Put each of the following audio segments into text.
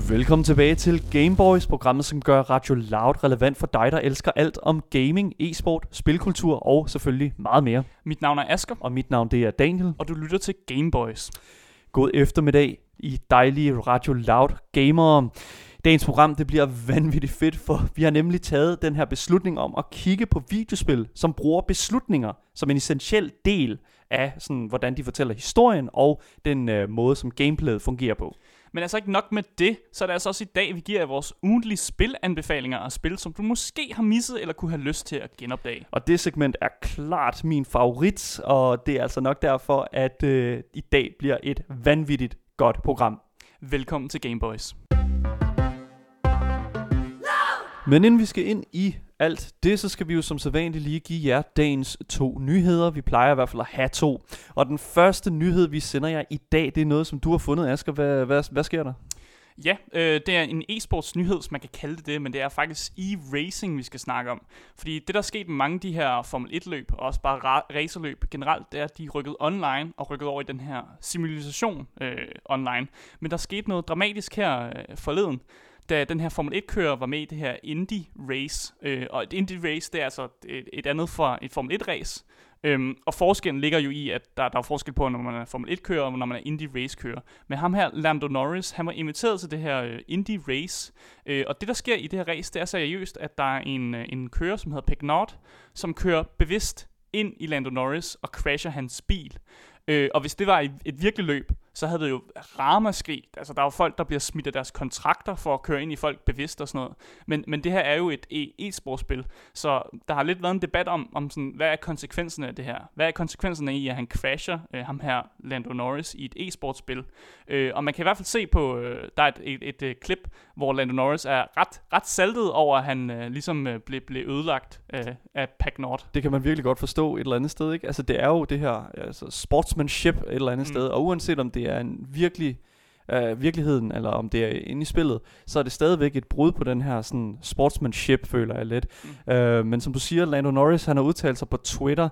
Velkommen tilbage til Gameboys, programmet som gør Radio Loud relevant for dig, der elsker alt om gaming, e-sport, spilkultur og selvfølgelig meget mere. Mit navn er Asger. Og mit navn det er Daniel. Og du lytter til Gameboys. God eftermiddag i dejlige Radio Loud gamere. Dagens program det bliver vanvittigt fedt, for vi har nemlig taget den her beslutning om at kigge på videospil, som bruger beslutninger som en essentiel del af, sådan, hvordan de fortæller historien og den måde, som gameplayet fungerer på. Men altså ikke nok med det, så er det altså også i dag, vi giver vores ugentlige spilanbefalinger af spil, som du måske har misset eller kunne have lyst til at genopdage. Og det segment er klart min favorit, og det er altså nok derfor, at i dag bliver et vanvittigt godt program. Velkommen til Gameboys. Men inden vi skal ind i alt det, så skal vi jo som sædvanligt lige give jer dagens 2 nyheder. Vi plejer i hvert fald at have 2. Og den første nyhed, vi sender jer i dag, det er noget, som du har fundet, Asger. Hvad sker der? Ja, det er en e-sports nyhed, som man kan kalde det, men det er faktisk e-racing, vi skal snakke om. Fordi det, der er sket med mange af de her Formel 1-løb, og også bare racerløb generelt, det er, at de er rykket online og rykket over i den her simulation online. Men der skete noget dramatisk her forleden, da den her Formel 1-kører var med i det her Indy Race. Og et Indy Race, det er altså et andet fra et Formel 1-race. Og forskellen ligger jo i, at der er forskel på, når man er Formel 1-kører og når man er Indy Race-kører. Men ham her, Lando Norris, han var inviteret til det her Indy Race. Og det, der sker i det her race, det er seriøst, at der er en kører, som hedder Pegnot, som kører bevidst ind i Lando Norris og crasher hans bil. Og hvis det var et virkeligt løb, så havde det jo ramaskrig. Altså, der er jo folk, der bliver smidt af deres kontrakter for at køre ind i folk bevidst og sådan noget. Men det her er jo et e-sportspil, så der har lidt været en debat om sådan, hvad er konsekvenserne af det her? Hvad er konsekvenserne i, at han crasher ham her, Lando Norris, i et e-sportspil? Og man kan i hvert fald se på, der er et klip, hvor Lando Norris er ret saltet over, at han ligesom blev ødelagt af Pegnot. Det kan man virkelig godt forstå et eller andet sted, ikke? Altså, det er jo det her altså, sportsmanship et eller andet sted, og uanset om det er en virkeligheden, eller om det er inde i spillet, så er det stadigvæk et brud på den her sådan, sportsmanship, føler jeg lidt. Men som du siger, Lando Norris, han har udtalt sig på Twitter,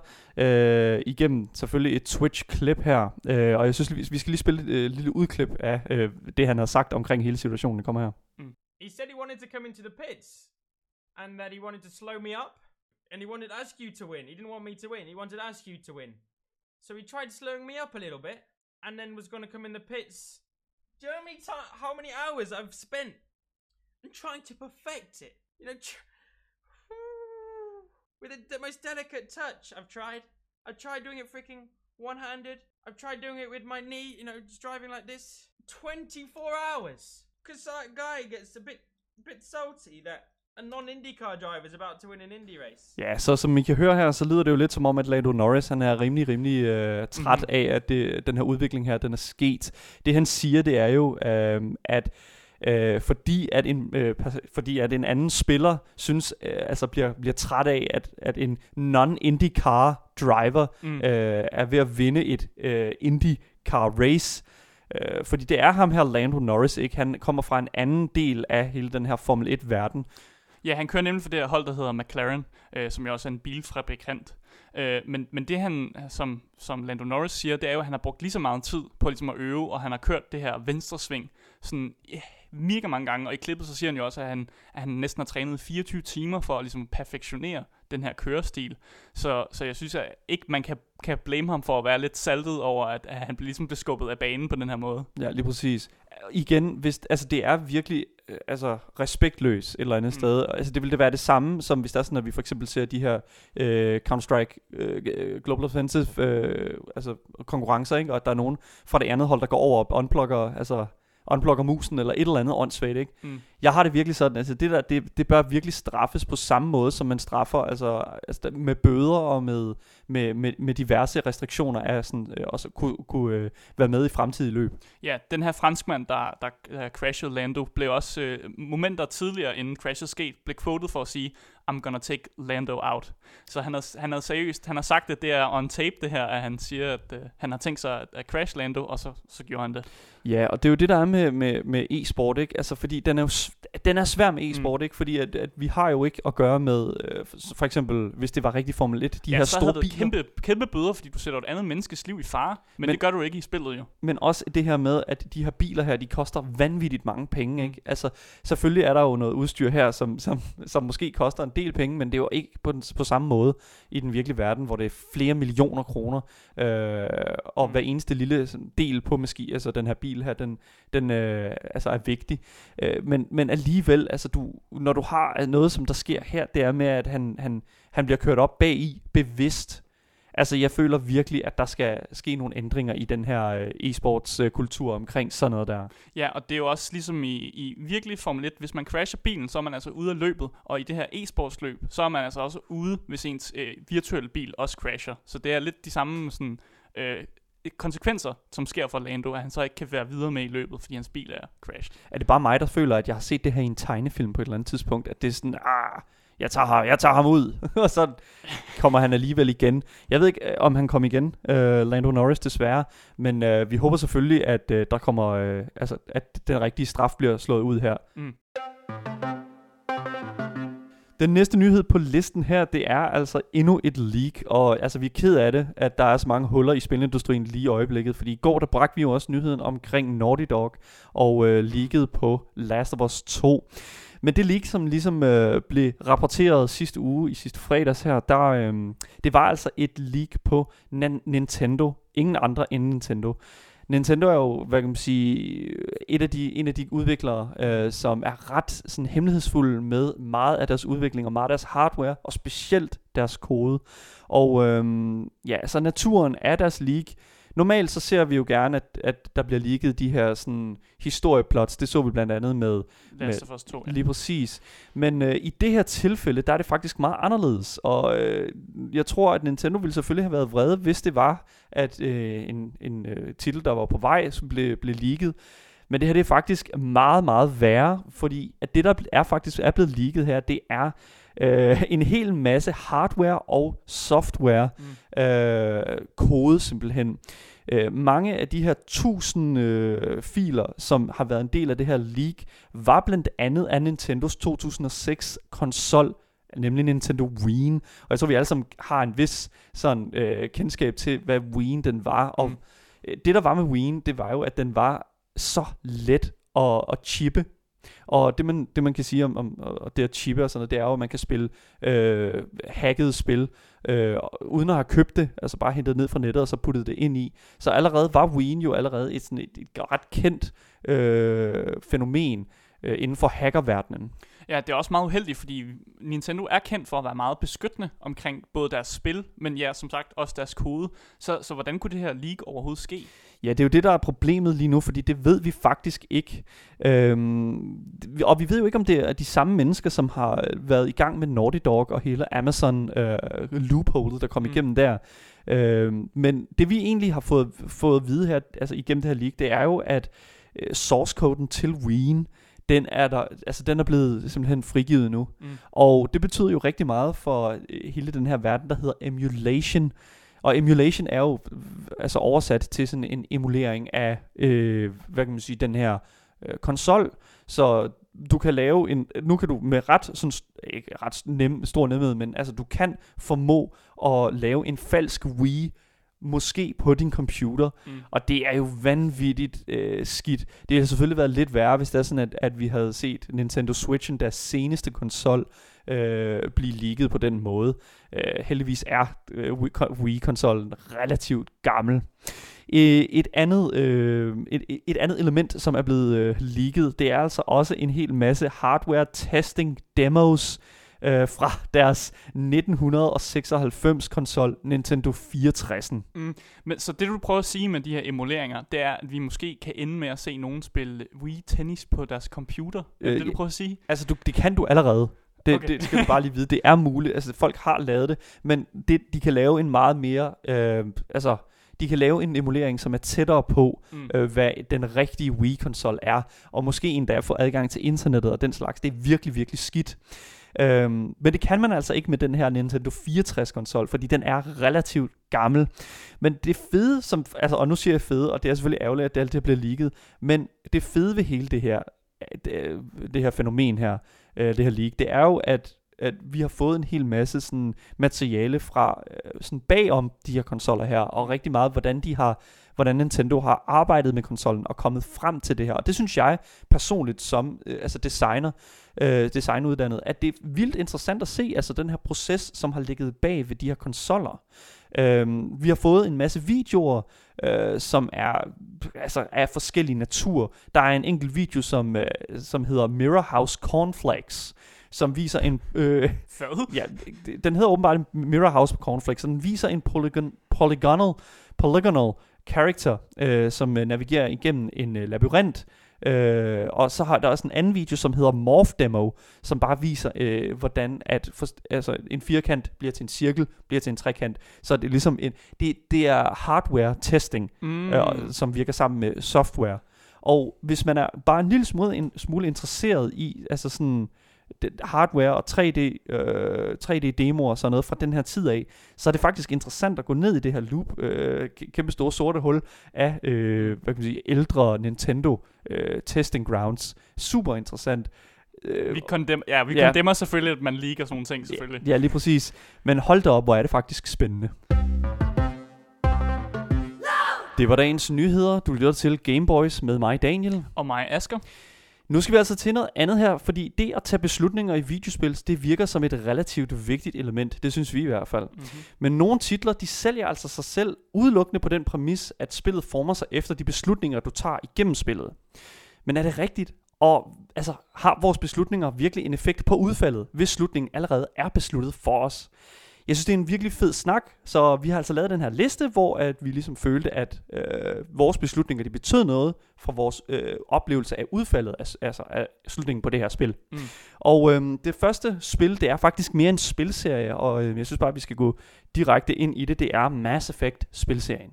igennem selvfølgelig et Twitch-klip her, og jeg synes, vi skal lige spille et lille udklip af det, han har sagt omkring hele situationen, der kommer her. He said he wanted to come into the pits, and that he wanted to slow me up, and he wanted Askew to win. He didn't want me to win, he wanted Askew to win. So he tried slowing me up a little bit, and then was going to come in the pits. Do you know how many hours I've spent in trying to perfect it? You know, with the most delicate touch. I've tried doing it freaking one-handed. I've tried doing it with my knee, you know, just driving like this. 24 hours. Because that guy gets a bit salty that a non-IndyCar driver is about to win an Indy race. Ja, så som I kan høre her, så lyder det jo lidt som om, at Lando Norris, han er rimelig træt af, at den her udvikling her, den er sket. Det han siger, det er jo, at fordi at en anden spiller synes, altså bliver træt af, at en non-IndyCar driver er ved at vinde et IndyCar race. Fordi det er ham her, Lando Norris, ikke? Han kommer fra en anden del af hele den her Formel 1-verden. Ja, han kører nemlig for det her hold, der hedder McLaren, som jo også er en bilfabrikant. Men det han, som Lando Norris siger, det er jo, at han har brugt lige så meget tid på ligesom at øve, og han har kørt det her venstresving sådan mega mange gange. Og i klippet så siger han jo også, at han næsten har trænet 24 timer for at ligesom perfektionere den her kørestil. Så jeg synes at ikke, man kan blame ham for at være lidt saltet over, at han ligesom blev skubbet af banen på den her måde. Ja, lige præcis. Igen, altså det er virkelig respektløs et eller andet sted. Altså det ville det være det samme, som hvis der er sådan, at vi for eksempel ser de her Counter-Strike Global Offensive konkurrencer, ikke? Og at der er nogen fra det andet hold, der går over og unplugger musen eller et eller andet åndssvagt, ikke? Jeg har det virkelig sådan, altså det bør virkelig straffes på samme måde, som man straffer altså med bøder og med diverse restriktioner af sådan også kunne være med i fremtidige løb. Ja, den her franskmand, der crashede Lando, blev også momenter tidligere inden crashet skete, blev quoted for at sige, I'm gonna take Lando out. Så han havde seriøst, han har sagt det, det er on tape det her, at han siger, at han har tænkt sig at crash Lando, og så gjorde han det. Ja, og det er jo det, der er med e-sport, ikke? Altså, fordi den er svær med e-sport, ikke? Fordi at vi har jo ikke at gøre med, for eksempel, hvis det var rigtig Formel 1, de her store biler. Kæmpe bøder, fordi du sætter et andet menneskes liv i fare, men det gør du ikke i spillet jo. Men også det her med, at de her biler her, de koster vanvittigt mange penge, ikke? Altså, selvfølgelig er der jo noget udstyr her, som måske koster en del penge, men det er jo ikke på samme måde i den virkelige verden, hvor det er flere millioner kroner, og hver eneste lille del på maskinen, altså den her bil her, den altså er vigtig. Men alligevel, altså når du har noget, som der sker her, det er med, at han bliver kørt op bag i bevidst. Altså, jeg føler virkelig, at der skal ske nogle ændringer i den her e-sports kultur omkring sådan noget der. Ja, og det er jo også ligesom i virkelig Formel 1, hvis man crasher bilen, så er man altså ude af løbet, og i det her e-sports løb, så er man altså også ude, hvis ens virtuelle bil også crasher. Så det er lidt de samme sådan, konsekvenser, som sker for Lando, at han så ikke kan være videre med i løbet, fordi hans bil er crashed. Er det bare mig, der føler, at jeg har set det her i en tegnefilm på et eller andet tidspunkt, at det er sådan, jeg tager ham ud, og så kommer han alligevel igen. Jeg ved ikke, om han kommer igen, Lando Norris desværre, men vi håber selvfølgelig, at der kommer, at den rigtige straf bliver slået ud her. Den næste nyhed på listen her, det er altså endnu et leak, og altså vi er ked af det, at der er så mange huller i spilindustrien lige i øjeblikket, fordi i går der bragte vi jo også nyheden omkring Naughty Dog og leaket på Last of Us 2. Men det leak, som ligesom blev rapporteret sidste uge, i sidste fredags her, det var altså et leak på Nintendo. Ingen andre end Nintendo. Nintendo er jo, hvad kan man sige, en af de udviklere, som er ret sådan hemmelighedsfulde med meget af deres udvikling og meget af deres hardware, og specielt deres kode. Og så naturen af deres leak. Normalt så ser vi jo gerne, at der bliver leaget de her sådan historieplots. Det så vi blandt andet med Last of Us 2, ja. Lige præcis. Men i det her tilfælde, der er det faktisk meget anderledes. Og jeg tror, at Nintendo ville selvfølgelig have været vrede, hvis det var, at en titel, der var på vej, som blev leaget. Men det her det er faktisk meget, meget værre, fordi at det, der faktisk er blevet leaget her, det er en hel masse hardware og software kode simpelthen. Mange af de her 1000 filer, som har været en del af det her leak, var blandt andet af Nintendos 2006 konsol, nemlig Nintendo Wii. Og jeg tror, vi alle sammen har en vis sådan kendskab til, hvad Wii den var. Og det, der var med Wii, det var jo, at den var så let at chippe. Og det man kan sige om det at chippe og sådan noget, det er jo, at man kan spille hackede spil, uden at have købt det, altså bare hentet ned fra nettet og så puttet det ind i. Så allerede var Wii jo allerede et ret kendt fænomen inden for hackerverdenen. Ja, det er også meget uheldigt, fordi Nintendo er kendt for at være meget beskyttende omkring både deres spil, men ja, som sagt også deres kode. Så hvordan kunne det her leak overhovedet ske? Ja, det er jo det, der er problemet lige nu, fordi det ved vi faktisk ikke. Og vi ved jo ikke, om det er de samme mennesker, som har været i gang med Naughty Dog og hele Amazon loopholet, der kom igennem der. Men det vi egentlig har fået at vide her, altså igennem det her leak, det er jo, at source-koden til Wii, den er blevet simpelthen frigivet nu. Og det betyder jo rigtig meget for hele den her verden, der hedder emulation. Og emulation er jo altså oversat til sådan en emulering af, hvad kan man sige, den her konsol. Så du kan lave nu kan du med stor nemhed, men altså du kan formå at lave en falsk Wii, måske på din computer, og det er jo vanvittigt skidt. Det har selvfølgelig været lidt værre, hvis det er sådan, at vi havde set Nintendo Switchen, deres seneste konsol, blive leaget på den måde. Heldigvis er Wii-konsollen relativt gammel. Et andet element, som er blevet leaget, det er altså også en hel masse hardware testing demos fra deres 1996 konsol Nintendo 64'en. Men så det du prøver at sige med de her emuleringer, det er, at vi måske kan ende med at se nogen spille Wii Tennis på deres computer. Det du prøver at sige? Altså det kan du allerede. Det skal du bare lige vide. Det er muligt. Altså folk har lavet det, men de kan lave en meget mere de kan lave en emulering, som er tættere på, hvad den rigtige Wii-konsol er, og måske endda få adgang til internettet og den slags. Det er virkelig, virkelig skidt. Men det kan man altså ikke med den her Nintendo 64-konsol, fordi den er relativt gammel. Men det fede, og nu siger jeg fede, og det er selvfølgelig ærgerligt, at det alt det bliver leaget, men det fede ved hele det her fænomen her, det her leak, det er jo, at vi har fået en hel masse sådan materiale fra sådan bagom de her konsoller her, og rigtig meget, hvordan Nintendo har arbejdet med konsollen og kommet frem til det her. Og det synes jeg personligt som designuddannet, at det er vildt interessant at se, altså den her proces, som har ligget bag ved de her konsoller. Vi har fået en masse videoer, som er af forskellige natur. Der er en enkelt video, som hedder Mirror House Cornflakes, som viser en... ja, den hedder åbenbart Mirror House Cornflakes, så den viser en polygonal character, som navigerer igennem en labyrint. Og så har der også en anden video, som hedder Morph Demo, som bare viser, hvordan en firkant bliver til en cirkel, bliver til en trekant. Så det er ligesom det er hardware testing, som virker sammen med software. Og hvis man er bare en lille smule interesseret i, altså sådan hardware og 3D-demoer og sådan noget fra den her tid af, så er det faktisk interessant at gå ned i det her loop, kæmpe store sorte hul af ældre Nintendo testing grounds. Super interessant. Vi kondemner selvfølgelig, at man leaker sådan nogle ting, selvfølgelig. Ja, lige præcis. Men hold da op, hvor er det faktisk spændende. Det var dagens nyheder. Du lytter til Gameboys med mig, Daniel. Og mig, Asger. Nu skal vi altså til noget andet her, fordi det at tage beslutninger i videospil, det virker som et relativt vigtigt element. Det synes vi i hvert fald. Mm-hmm. Men nogle titler, de sælger altså sig selv udelukkende på den præmis, at spillet former sig efter de beslutninger, du tager igennem spillet. Men er det rigtigt? Og altså, har vores beslutninger virkelig en effekt på udfaldet, hvis slutningen allerede er besluttet for os? Jeg synes, det er en virkelig fed snak, så vi har altså lavet den her liste, hvor at vi ligesom følte, at vores beslutninger, de betød noget for vores oplevelse af udfaldet, altså af slutningen på det her spil. Mm. Og det første spil, det er faktisk mere en spilserie, og jeg synes bare, at vi skal gå direkte ind i det. Det er Mass Effect spilserien.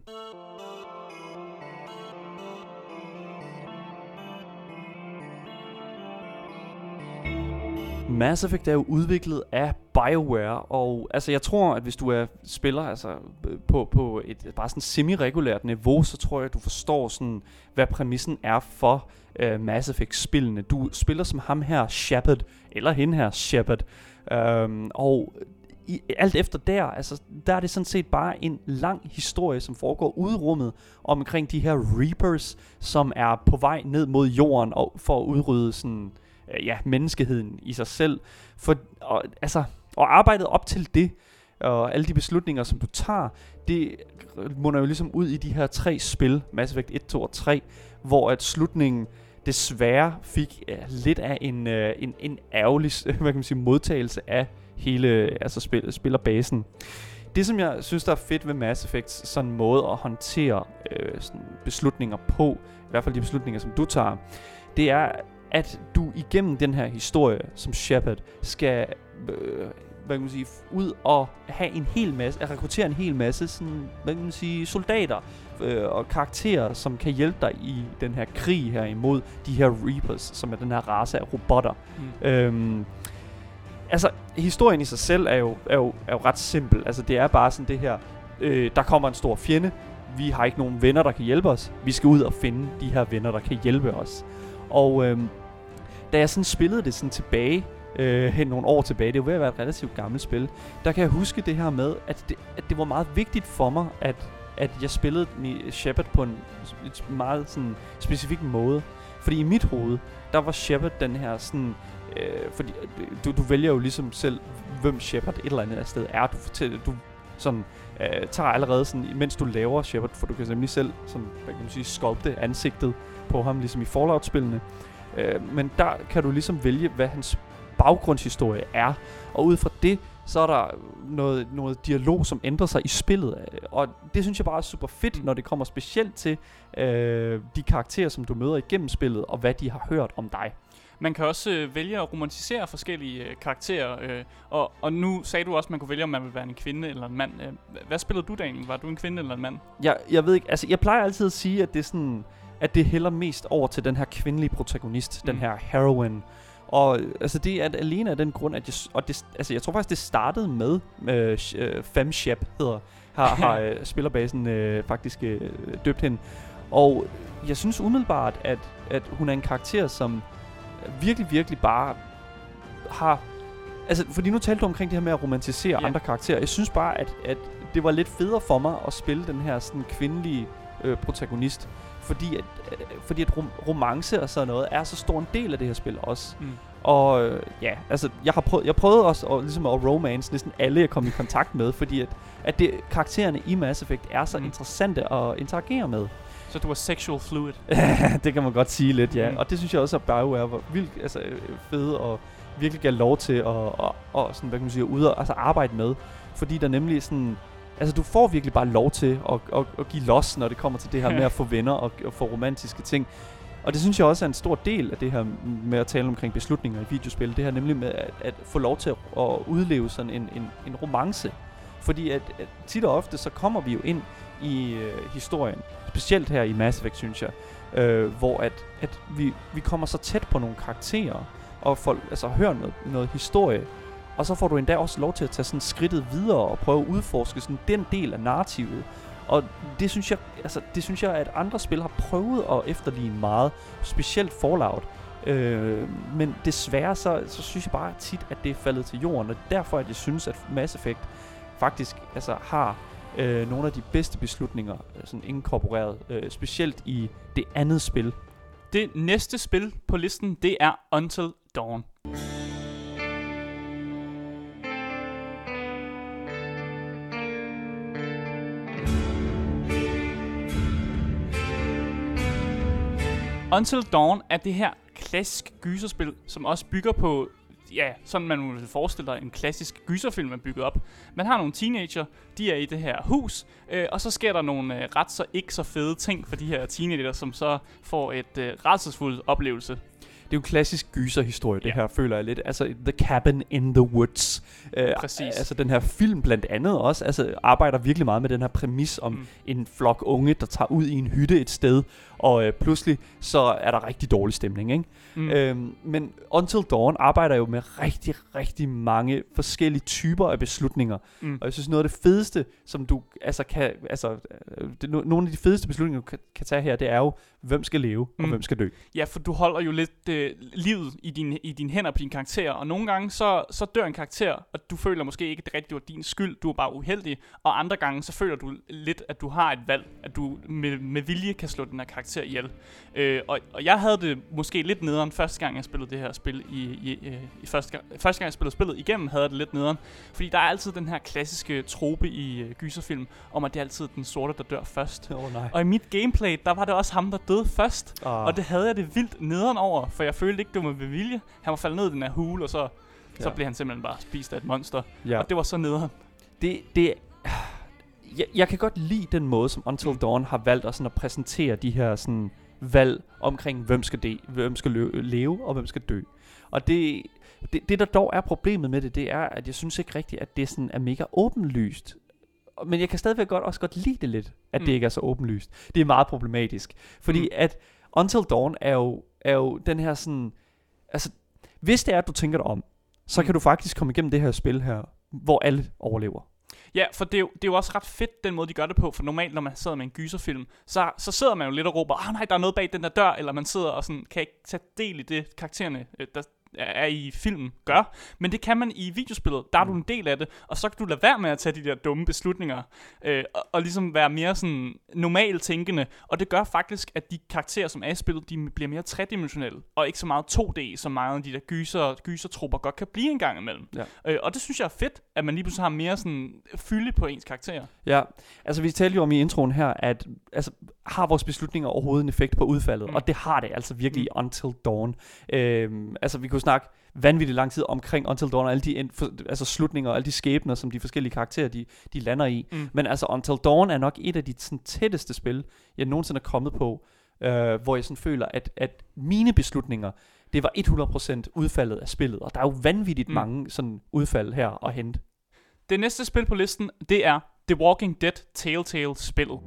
Mass Effect er jo udviklet af BioWare, og altså jeg tror, at hvis du spiller altså på et bare sådan semi-regulært niveau, så tror jeg, at du forstår sådan, hvad præmissen er for Mass Effect-spillene. Du spiller som ham her Shepard, eller hende her Shepard, og alt efter der er det sådan set bare en lang historie, som foregår ude i rummet omkring de her Reapers, som er på vej ned mod jorden og for at udrydde sådan menneskeheden i sig selv. Og arbejdet op til det, og alle de beslutninger, som du tager, det munder jo ligesom ud i de her 3 spil, Mass Effect 1, 2 og 3, hvor at slutningen desværre fik lidt af en ærgerlig modtagelse af hele spillerbasen. Det, som jeg synes, der er fedt ved Mass Effect, sådan en måde at håndtere sådan beslutninger på, i hvert fald de beslutninger, som du tager, det er, at du igennem den her historie som Shepard skal ud og have en hel masse, at rekruttere en hel masse sådan, soldater og karakterer, som kan hjælpe dig i den her krig her imod de her Reapers, som er den her race af robotter. Historien i sig selv er jo ret simpel. Altså det er bare sådan det her, der kommer en stor fjende, vi har ikke nogen venner, der kan hjælpe os, vi skal ud og finde de her venner, der kan hjælpe os. Og da jeg sådan spillede det sådan tilbage, hen nogle år tilbage, det er jo ved at være et relativt gammelt spil, der kan jeg huske det her med, at det var meget vigtigt for mig, at jeg spillede Shepard på en meget sådan specifik måde. Fordi i mit hoved, der var Shepard den her sådan, fordi du vælger jo ligesom selv, hvem Shepard et eller andet sted er. Du sådan tager allerede sådan, mens du laver Shepard, for du kan nemlig selv sådan, sculpte ansigtet på ham, ligesom i Fallout-spillene. Men der kan du ligesom vælge, hvad hans baggrundshistorie er. Og ud fra det, så er der noget dialog, som ændrer sig i spillet. Og det synes jeg bare er super fedt, når det kommer specielt til de karakterer, som du møder igennem spillet, og hvad de har hørt om dig. Man kan også vælge at romantisere forskellige karakterer, og nu sagde du også, at man kunne vælge, om man vil være en kvinde eller en mand. Hvad spillede du, Daniel? Var du en kvinde eller en mand? Jeg ved ikke, altså jeg plejer altid at sige, at det er sådan, at det hælder mest over til den her kvindelige protagonist, den her heroine. Og altså det er alene af den grund, at jeg tror faktisk, det startede med Femshep har spillerbasen faktisk døbt hende. Og jeg synes umiddelbart, at hun er en karakter, som virkelig, virkelig bare har... Altså, fordi nu talte du omkring det her med at romantisere andre karakterer. Jeg synes bare, at det var lidt federe for mig at spille den her sådan kvindelige protagonist. Fordi at romance og sådan noget er så stor en del af det her spil også. Og altså, jeg prøvede også at, ligesom at romance næsten alle, jeg kom i kontakt med, fordi at karaktererne i Mass Effect er så interessante at interagere med. Så du var sexual fluid? Det kan man godt sige lidt, ja. Og det synes jeg også, at BioWare var vildt fede og virkelig gav lov til at sådan, hvad kan man sige, ud og altså arbejde med. Fordi der nemlig sådan... Altså, du får virkelig bare lov til at give los, når det kommer til det her med at få venner og få romantiske ting. Og det synes jeg også er en stor del af det her med at tale omkring beslutninger i videospil. Det her nemlig med at få lov til at udleve sådan en romance. Fordi at tit og ofte, så kommer vi jo ind i historien. Specielt her i Mass Effect, synes jeg. Hvor at vi kommer så tæt på nogle karakterer. Og får, hører noget historie. Og så får du endda også lov til at tage sådan skridtet videre og prøve at udforske sådan den del af narrativet. Og det synes jeg, at andre spil har prøvet at efterligne meget, specielt Fallout. Men desværre så synes jeg bare tit, at det er faldet til jorden, og derfor at jeg synes, at Mass Effect faktisk har nogle af de bedste beslutninger sådan inkorporeret, specielt i det andet spil. Det næste spil på listen, det er Until Dawn. Until Dawn er det her klassisk gyserspil, som også bygger på, sådan man vil forestille dig en klassisk gyserfilm er bygget op. Man har nogle teenager, de er i det her hus, og så sker der nogle ret så ikke så fede ting for de her teenager, som så får et rædselsfuld oplevelse. Det er jo en klassisk gyserhistorie, det her, føler jeg lidt. Altså, The Cabin in the Woods. Præcis. Altså, den her film blandt andet også, arbejder virkelig meget med den her præmis om en flok unge, der tager ud i en hytte et sted, og pludselig så er der rigtig dårlig stemning, ikke? Men Until Dawn arbejder jo med rigtig, rigtig mange forskellige typer af beslutninger. Og jeg synes, noget af det fedeste, som du nogle af de fedeste beslutninger, du kan tage her, det er jo, hvem skal leve, og hvem skal dø. Ja, for du holder jo lidt livet i dine hænder på dine karakterer, og nogle gange så dør en karakter, og du føler måske ikke, at det rigtigt var din skyld, du er bare uheldig, og andre gange så føler du lidt, at du har et valg, at du med vilje kan slå den her karakter ihjel. Og jeg havde det måske lidt nederen første gang, jeg spillede det her spil første gang jeg spillede spillet igennem, havde jeg det lidt nederen, fordi der er altid den her klassiske trope i gyserfilm, om at det er altid den sorte, der dør først. Og i mit gameplay, der var det også ham, der døde først, og det havde jeg det vildt nederen over, for jeg følte ikke, det var med vilje. Han var faldet ned i den her hule, og så blev han simpelthen bare spist af et monster. Og det var så nederen. Jeg kan godt lide den måde, som Until Dawn har valgt at præsentere de her sådan valg omkring, hvem skal leve, og hvem skal dø. Og det der dog er problemet med det er, at jeg synes ikke rigtigt, at det sådan er mega åbenlyst. Men jeg kan stadigvæk også godt lide det lidt, at det ikke er så åbenlyst. Det er meget problematisk. Fordi at Until Dawn er jo den her sådan... Altså, hvis det er, at du tænker dig om, så kan du faktisk komme igennem det her spil her, hvor alle overlever. Ja, for det er jo også ret fedt, den måde, de gør det på. For normalt, når man sidder med en gyserfilm, så sidder man jo lidt og råber, nej, der er noget bag den der dør, eller man sidder og sådan, kan ikke tage del i det, karaktererne, der er i filmen, gør. Men det kan man i videospillet. Der er du en del af det, og så kan du lade være med at tage de der dumme beslutninger, og ligesom være mere sådan normalt tænkende. Og det gør faktisk, at de karakterer, som er i spillet, de bliver mere tredimensionelle, og ikke så meget 2D, som meget af de der gysertrupper godt kan blive en gang imellem. Ja. Og det synes jeg er fedt, at man lige pludselig har mere sådan fylde på ens karakterer. Ja, altså vi talte jo om i introen her, at har vores beslutninger overhovedet en effekt på udfaldet, og det har det altså virkelig i Until Dawn. Altså vi kunne snakke vanvittigt lang tid omkring Until Dawn og alle de slutninger og alle de skæbner, som de forskellige karakterer de lander i. Men altså Until Dawn er nok et af de sådan, tætteste spil, jeg nogensinde er kommet på, hvor jeg sådan føler, at mine beslutninger, det var 100% udfaldet af spillet, og der er jo vanvittigt mange sådan udfald her at hente. Det næste spil på listen, det er The Walking Dead Telltale-spillet.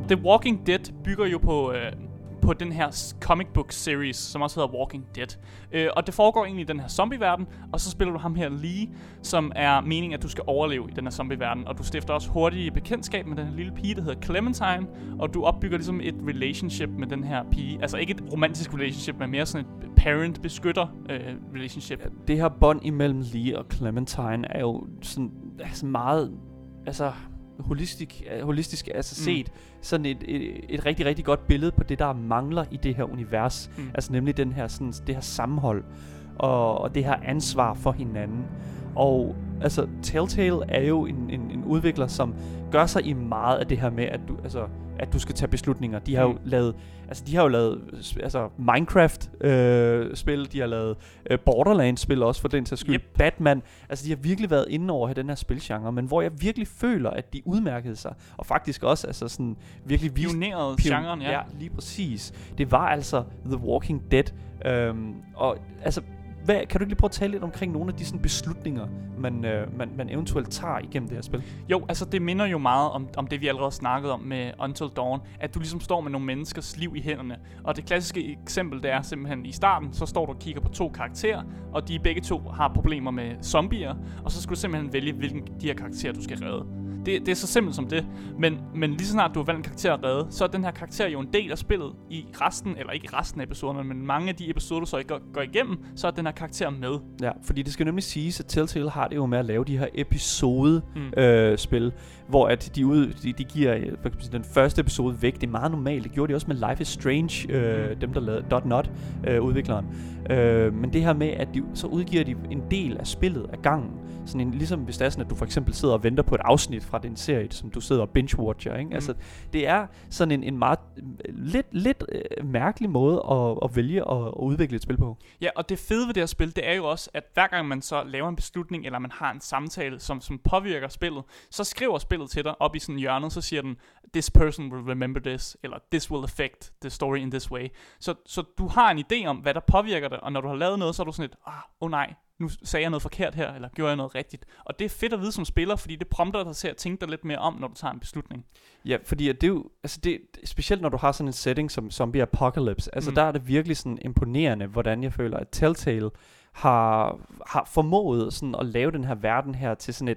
The Walking Dead bygger jo på den her comic book series, som også hedder Walking Dead. Og det foregår egentlig i den her zombie-verden, og så spiller du ham her Lee, som er meningen, at du skal overleve i den her zombie-verden, og du stifter også hurtigt bekendtskab med den her lille pige, der hedder Clementine, og du opbygger ligesom et relationship med den her pige. Altså ikke et romantisk relationship, men mere sådan et parent-beskytter relationship. Ja, det her bånd imellem Lee og Clementine er jo sådan meget, altså holistisk set sådan et rigtig, rigtig godt billede på det, der mangler i det her univers. Altså nemlig den her, sådan, det her sammenhold og det her ansvar for hinanden. Og altså Telltale er jo en udvikler, som gør sig i meget af det her med, at du skal tage beslutninger. De har jo lavet Minecraft spil, de har lavet Borderlands spil også for den sags skyld. Yep. Batman. Altså de har virkelig været inde over den her spilgenre, men hvor jeg virkelig føler, at de udmærkede sig, og faktisk også altså sådan virkelig pionerede genren, ja. Ja, lige præcis. Det var altså The Walking Dead. Og altså kan du ikke lige prøve at tale lidt omkring nogle af de sådan beslutninger, man eventuelt tager igennem det her spil? Jo, altså det minder jo meget om det, vi allerede snakkede om med Until Dawn, at du ligesom står med nogle menneskers liv i hænderne. Og det klassiske eksempel, det er simpelthen i starten, så står du og kigger på 2 karakterer, og de begge 2 har problemer med zombier, og så skal du simpelthen vælge, hvilken de her karakterer, du skal redde. Det er så simpelt som det, men lige så snart du har valgt en karakter at redde, så er den her karakter jo en del af spillet i resten, eller ikke i resten af episoderne, men mange af de episoder, du så ikke går igennem, så er den her karakter med. Ja, fordi det skal nemlig siges, at Telltale har det jo med at lave de her episode-spil, hvor at de giver den første episode væk. Det er meget normalt. Det gjorde de også med Life is Strange, dem der lavede .NOT, udvikleren. Men det her med, at så udgiver de en del af spillet af gangen. Sådan ligesom hvis det er sådan, at du for eksempel sidder og venter på et afsnit fra den serie, som du sidder og binge-watcher, ikke? Altså, det er sådan en meget lidt mærkelig måde at vælge at udvikle et spil på. Ja, og det fede ved det her spil, det er jo også, at hver gang man så laver en beslutning, eller man har en samtale, som påvirker spillet, så skriver spillet til dig op i sådan hjørnet, så siger den, this person will remember this, eller this will affect the story in this way. Så du har en idé om, hvad der påvirker det, og når du har lavet noget, så er du sådan et, nej, nu sagde jeg noget forkert her, eller gjorde jeg noget rigtigt. Og det er fedt at vide som spiller, fordi det prompter dig til at tænke dig lidt mere om, når du tager en beslutning. Ja, fordi det er jo, altså det, specielt når du har sådan en setting som Zombie Apocalypse, altså der er det virkelig sådan imponerende, hvordan jeg føler, at Telltale har formået sådan at lave den her verden her til sådan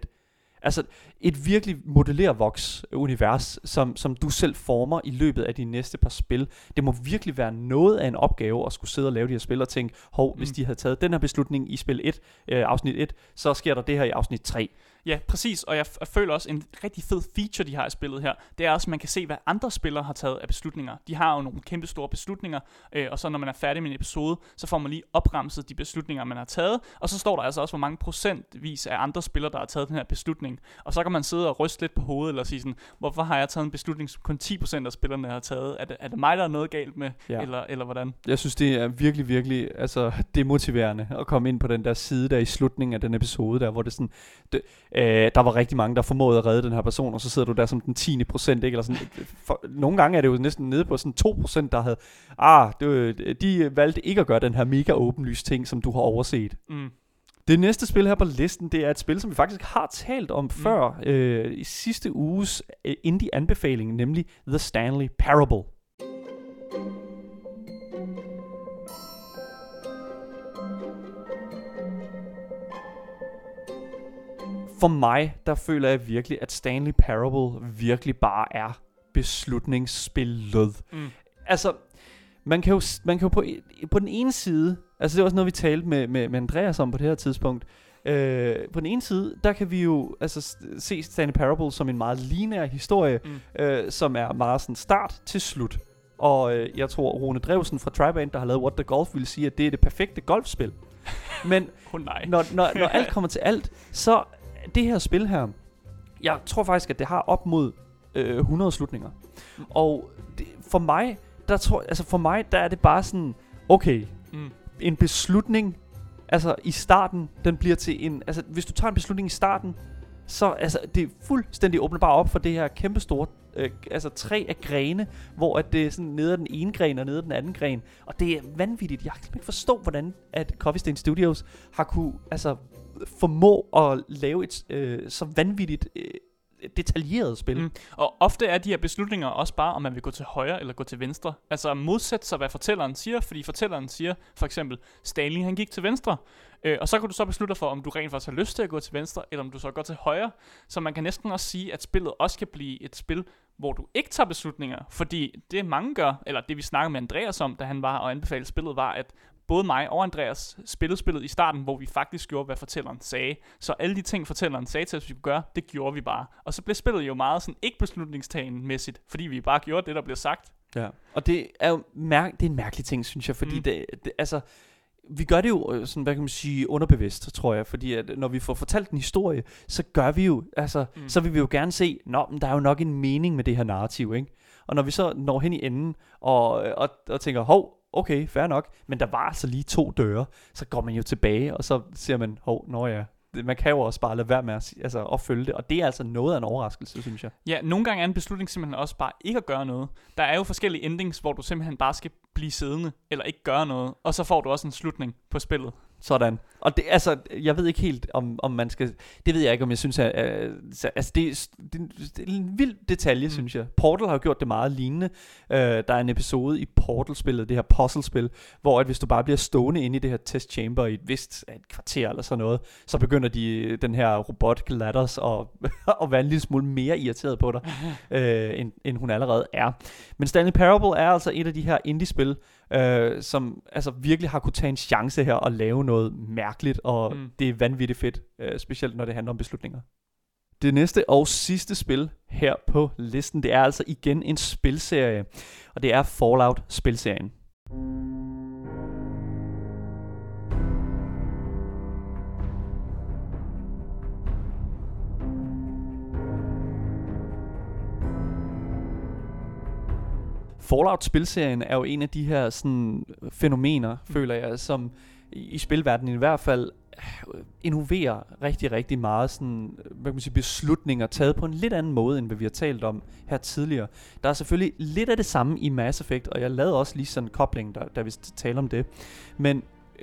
et virkelig modellervoks-univers, som du selv former i løbet af de næste par spil. Det må virkelig være noget af en opgave at skulle sidde og lave de her spil og tænke, hvis de havde taget den her beslutning i spil 1, afsnit 1, så sker der det her i afsnit 3. Ja, præcis, og jeg føler også en rigtig fed feature, de har i spillet her, det er også, at man kan se, hvad andre spillere har taget af beslutninger. De har jo nogle kæmpe store beslutninger, og så når man er færdig med en episode, så får man lige opremset de beslutninger, man har taget, og så står der altså også, hvor mange procentvis af andre spillere, der har taget den her beslutning. Og så kan man sidde og ryste lidt på hovedet, eller sige sådan, hvorfor har jeg taget en beslutning, som kun 10% af spillerne har taget? Er det mig, der er noget galt med, eller hvordan? Jeg synes, det er virkelig, virkelig demotiverende at komme ind på den der side der i slutningen af den episode der, hvor det sådan... der var rigtig mange, der formåede at redde den her person, og så sidder du der som den 10%, ikke? Eller sådan, nogle gange er det jo næsten nede på sådan 2%, der havde, de valgte ikke at gøre den her mega åbenlyst ting, som du har overset. Det næste spil her på listen, det er et spil, som vi faktisk har talt om før, i sidste uges indie-anbefaling, nemlig The Stanley Parable. For mig, der føler jeg virkelig, at Stanley Parable virkelig bare er beslutningsspillet. Altså, man kan jo på den ene side, altså det er også noget, vi talte med Andreas om på det her tidspunkt. På den ene side, der kan vi jo altså se Stanley Parable som en meget lineær historie, som er meget sådan start til slut. Og jeg tror, Rune Drewsen fra Triband, der har lavet What the Golf, vil sige, at det er det perfekte golfspil. Men når alt kommer til alt, så det her spil her, jeg tror faktisk, at det har op mod 100 slutninger. Og for mig, der er det bare sådan, okay, en beslutning, altså i starten, den bliver til en, altså hvis du tager en beslutning i starten, så altså det er fuldstændig åbent bare op for det her kæmpestore træ af grene, hvor at det er sådan nede af den ene gren og nede af den anden gren, og det er vanvittigt. Jeg kan ikke forstå, hvordan at Coffee Stain Studios har kunne formå at lave et så vanvittigt detaljeret spil. Og ofte er de her beslutninger også bare, om man vil gå til højre eller gå til venstre. Altså modsætte sig, hvad fortælleren siger, fordi fortælleren siger, for eksempel, Stanley han gik til venstre. Og så kan du så beslutte dig for, om du rent faktisk har lyst til at gå til venstre, eller om du så går til højre. Så man kan næsten også sige, at spillet også kan blive et spil, hvor du ikke tager beslutninger. Fordi det mange gør, eller det vi snakkede med Andreas om, da han var og anbefalede spillet, var, at både mig og Andreas spillede spillet i starten, hvor vi faktisk gjorde, hvad fortælleren sagde. Så alle de ting, fortælleren sagde til os, vi kunne gøre, det gjorde vi bare. Og så blev spillet jo meget sådan ikke beslutningstagen-mæssigt, fordi vi bare gjorde det, der blev sagt. Ja. Og det er jo det er en mærkelig ting, synes jeg, fordi det altså, vi gør det jo sådan, hvad kan man sige, underbevidst, tror jeg, fordi at når vi får fortalt en historie, så gør vi jo, altså, så vil vi jo gerne se, men der er jo nok en mening med det her narrativ, ikke? Og når vi så når hen i enden og tænker, hov, okay, fair nok, men der var altså lige 2 døre, så går man jo tilbage, og så siger man, man kan jo også bare lade være med at følge det, og det er altså noget af en overraskelse, synes jeg. Ja, nogle gange er en beslutning simpelthen også bare ikke at gøre noget. Der er jo forskellige endings, hvor du simpelthen bare skal blive siddende, eller ikke gøre noget, og så får du også en slutning på spillet. Sådan. Og det, altså, jeg ved ikke helt, om man skal... Det ved jeg ikke, om jeg synes, altså, det er en vild detalje, synes jeg. Portal har jo gjort det meget lignende. Der er en episode i Portal-spillet, det her puzzle-spil, hvor at hvis du bare bliver stående inde i det her test chamber i et kvarter eller sådan noget, så begynder den her robot GLaDOS at være en lille smule mere irriteret på dig, end hun allerede er. Men Stanley Parable er altså et af de her indie-spil, som altså virkelig har kunne tage en chance her og lave noget mærkeligt, og det er vanvittigt fedt, specielt når det handler om beslutninger. Det næste og sidste spil her på listen, det er altså igen en spilserie, og det er Fallout-spilserien. Fallout-spilserien er jo en af de her sådan fænomener, føler jeg, som i spilverdenen i hvert fald innoverer rigtig, rigtig meget sådan, hvad kan man sige, beslutninger taget på en lidt anden måde, end hvad vi har talt om her tidligere. Der er selvfølgelig lidt af det samme i Mass Effect, og jeg lavede også lige sådan en kobling, der vi taler om det. Men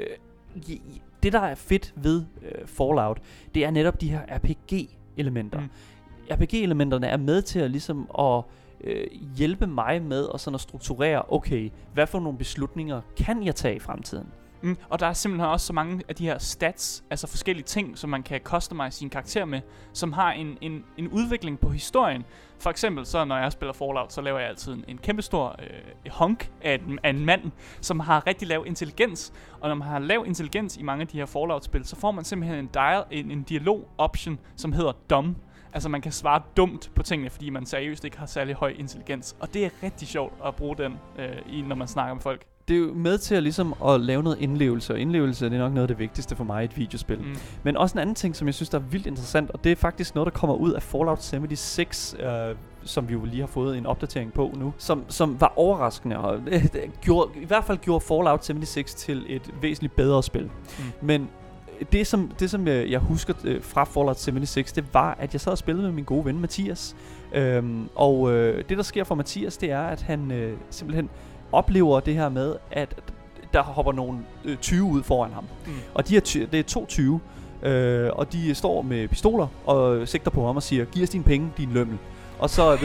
det, der er fedt ved Fallout, det er netop de her RPG-elementer. RPG-elementerne er med til at ligesom at hjælpe mig med at strukturere, okay, hvad for nogle beslutninger kan jeg tage i fremtiden? Og der er simpelthen også så mange af de her stats, altså forskellige ting, som man kan customize sin karakter med, som har en udvikling på historien. For eksempel, så når jeg spiller Fallout, så laver jeg altid en kæmpestor hunk af en mand, som har rigtig lav intelligens. Og når man har lav intelligens i mange af de her Fallout-spil, så får man simpelthen en dialog-option, som hedder dumb. Altså man kan svare dumt på tingene, fordi man seriøst ikke har særlig høj intelligens. Og det er rigtig sjovt at bruge den, når man snakker med folk. Det er jo med til at, ligesom, at lave noget indlevelse, og indlevelse det er nok noget af det vigtigste for mig i et videospil. Men også en anden ting, som jeg synes, der er vildt interessant, og det er faktisk noget, der kommer ud af Fallout 76, som vi jo lige har fået en opdatering på nu, som var overraskende, og i hvert fald gjorde Fallout 76 til et væsentligt bedre spil. Men det som jeg husker fra Fallout 76, det var, at jeg sad og spillede med min gode ven Mathias. Og det, der sker for Mathias, det er, at han simpelthen oplever det her med, at der hopper nogle 20 ud foran ham. Og det er 2 20, og de står med pistoler og sigter på ham og siger, giv os dine penge, din lømmel. Og så,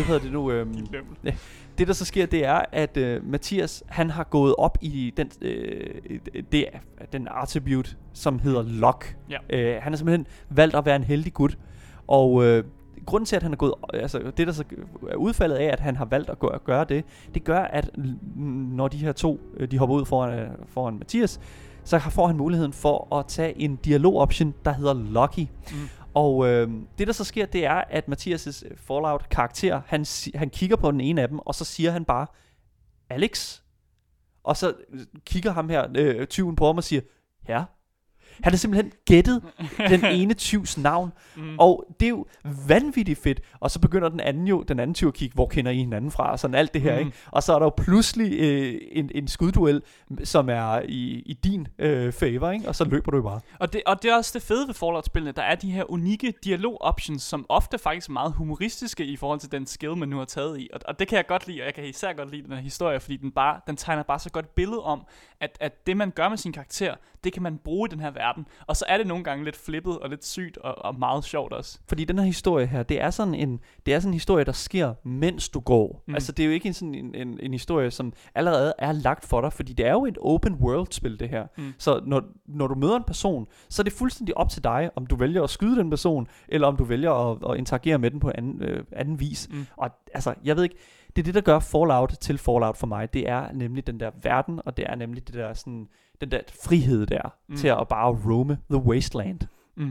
det der så sker, det er, at Mathias, han har gået op i den attribute, som hedder Luck. Han har simpelthen valgt at være en heldig gut. Og grunden til, at han er gået, altså det der så er udfaldet af, at han har valgt at gøre det gør, at når de her 2, de hopper ud foran Mathias, så får han muligheden for at tage en dialog-option, der hedder Lucky. Og det der så sker, det er, at Mathias' Fallout-karakter, han kigger på den ene af dem, og så siger han bare, Alex. Og så kigger ham her, tyven på ham og siger, ja. Han har simpelthen gættet den ene tyvs navn, og det er jo vanvittigt fedt. Og så begynder den anden tyv at kigge, hvor kender I hinanden fra, og sådan alt det her, ikke? Og så er der jo pludselig en skudduel, som er i din favor, ikke? Og så løber du jo bare. Og det er også det fede ved Fallout-spillene, der er de her unikke dialog-options, som ofte faktisk er meget humoristiske i forhold til den skill, man nu har taget i. Og det kan jeg godt lide, og jeg kan især godt lide den her historie, fordi den tegner bare så godt et billede om, at det man gør med sin karakter, det kan man bruge i den her verden. Og så er det nogle gange lidt flippet og lidt sygt og meget sjovt også. Fordi den her historie her, det er sådan en historie, der sker, mens du går. Altså, det er jo ikke en historie, som allerede er lagt for dig, fordi det er jo et open world-spil, det her. Så når du møder en person, så er det fuldstændig op til dig, om du vælger at skyde den person, eller om du vælger at interagere med den på anden vis. Og altså, jeg ved ikke, det er det, der gør Fallout til Fallout for mig. Det er nemlig den der verden, og det er nemlig det der sådan, den der frihed der, til at bare roame the wasteland.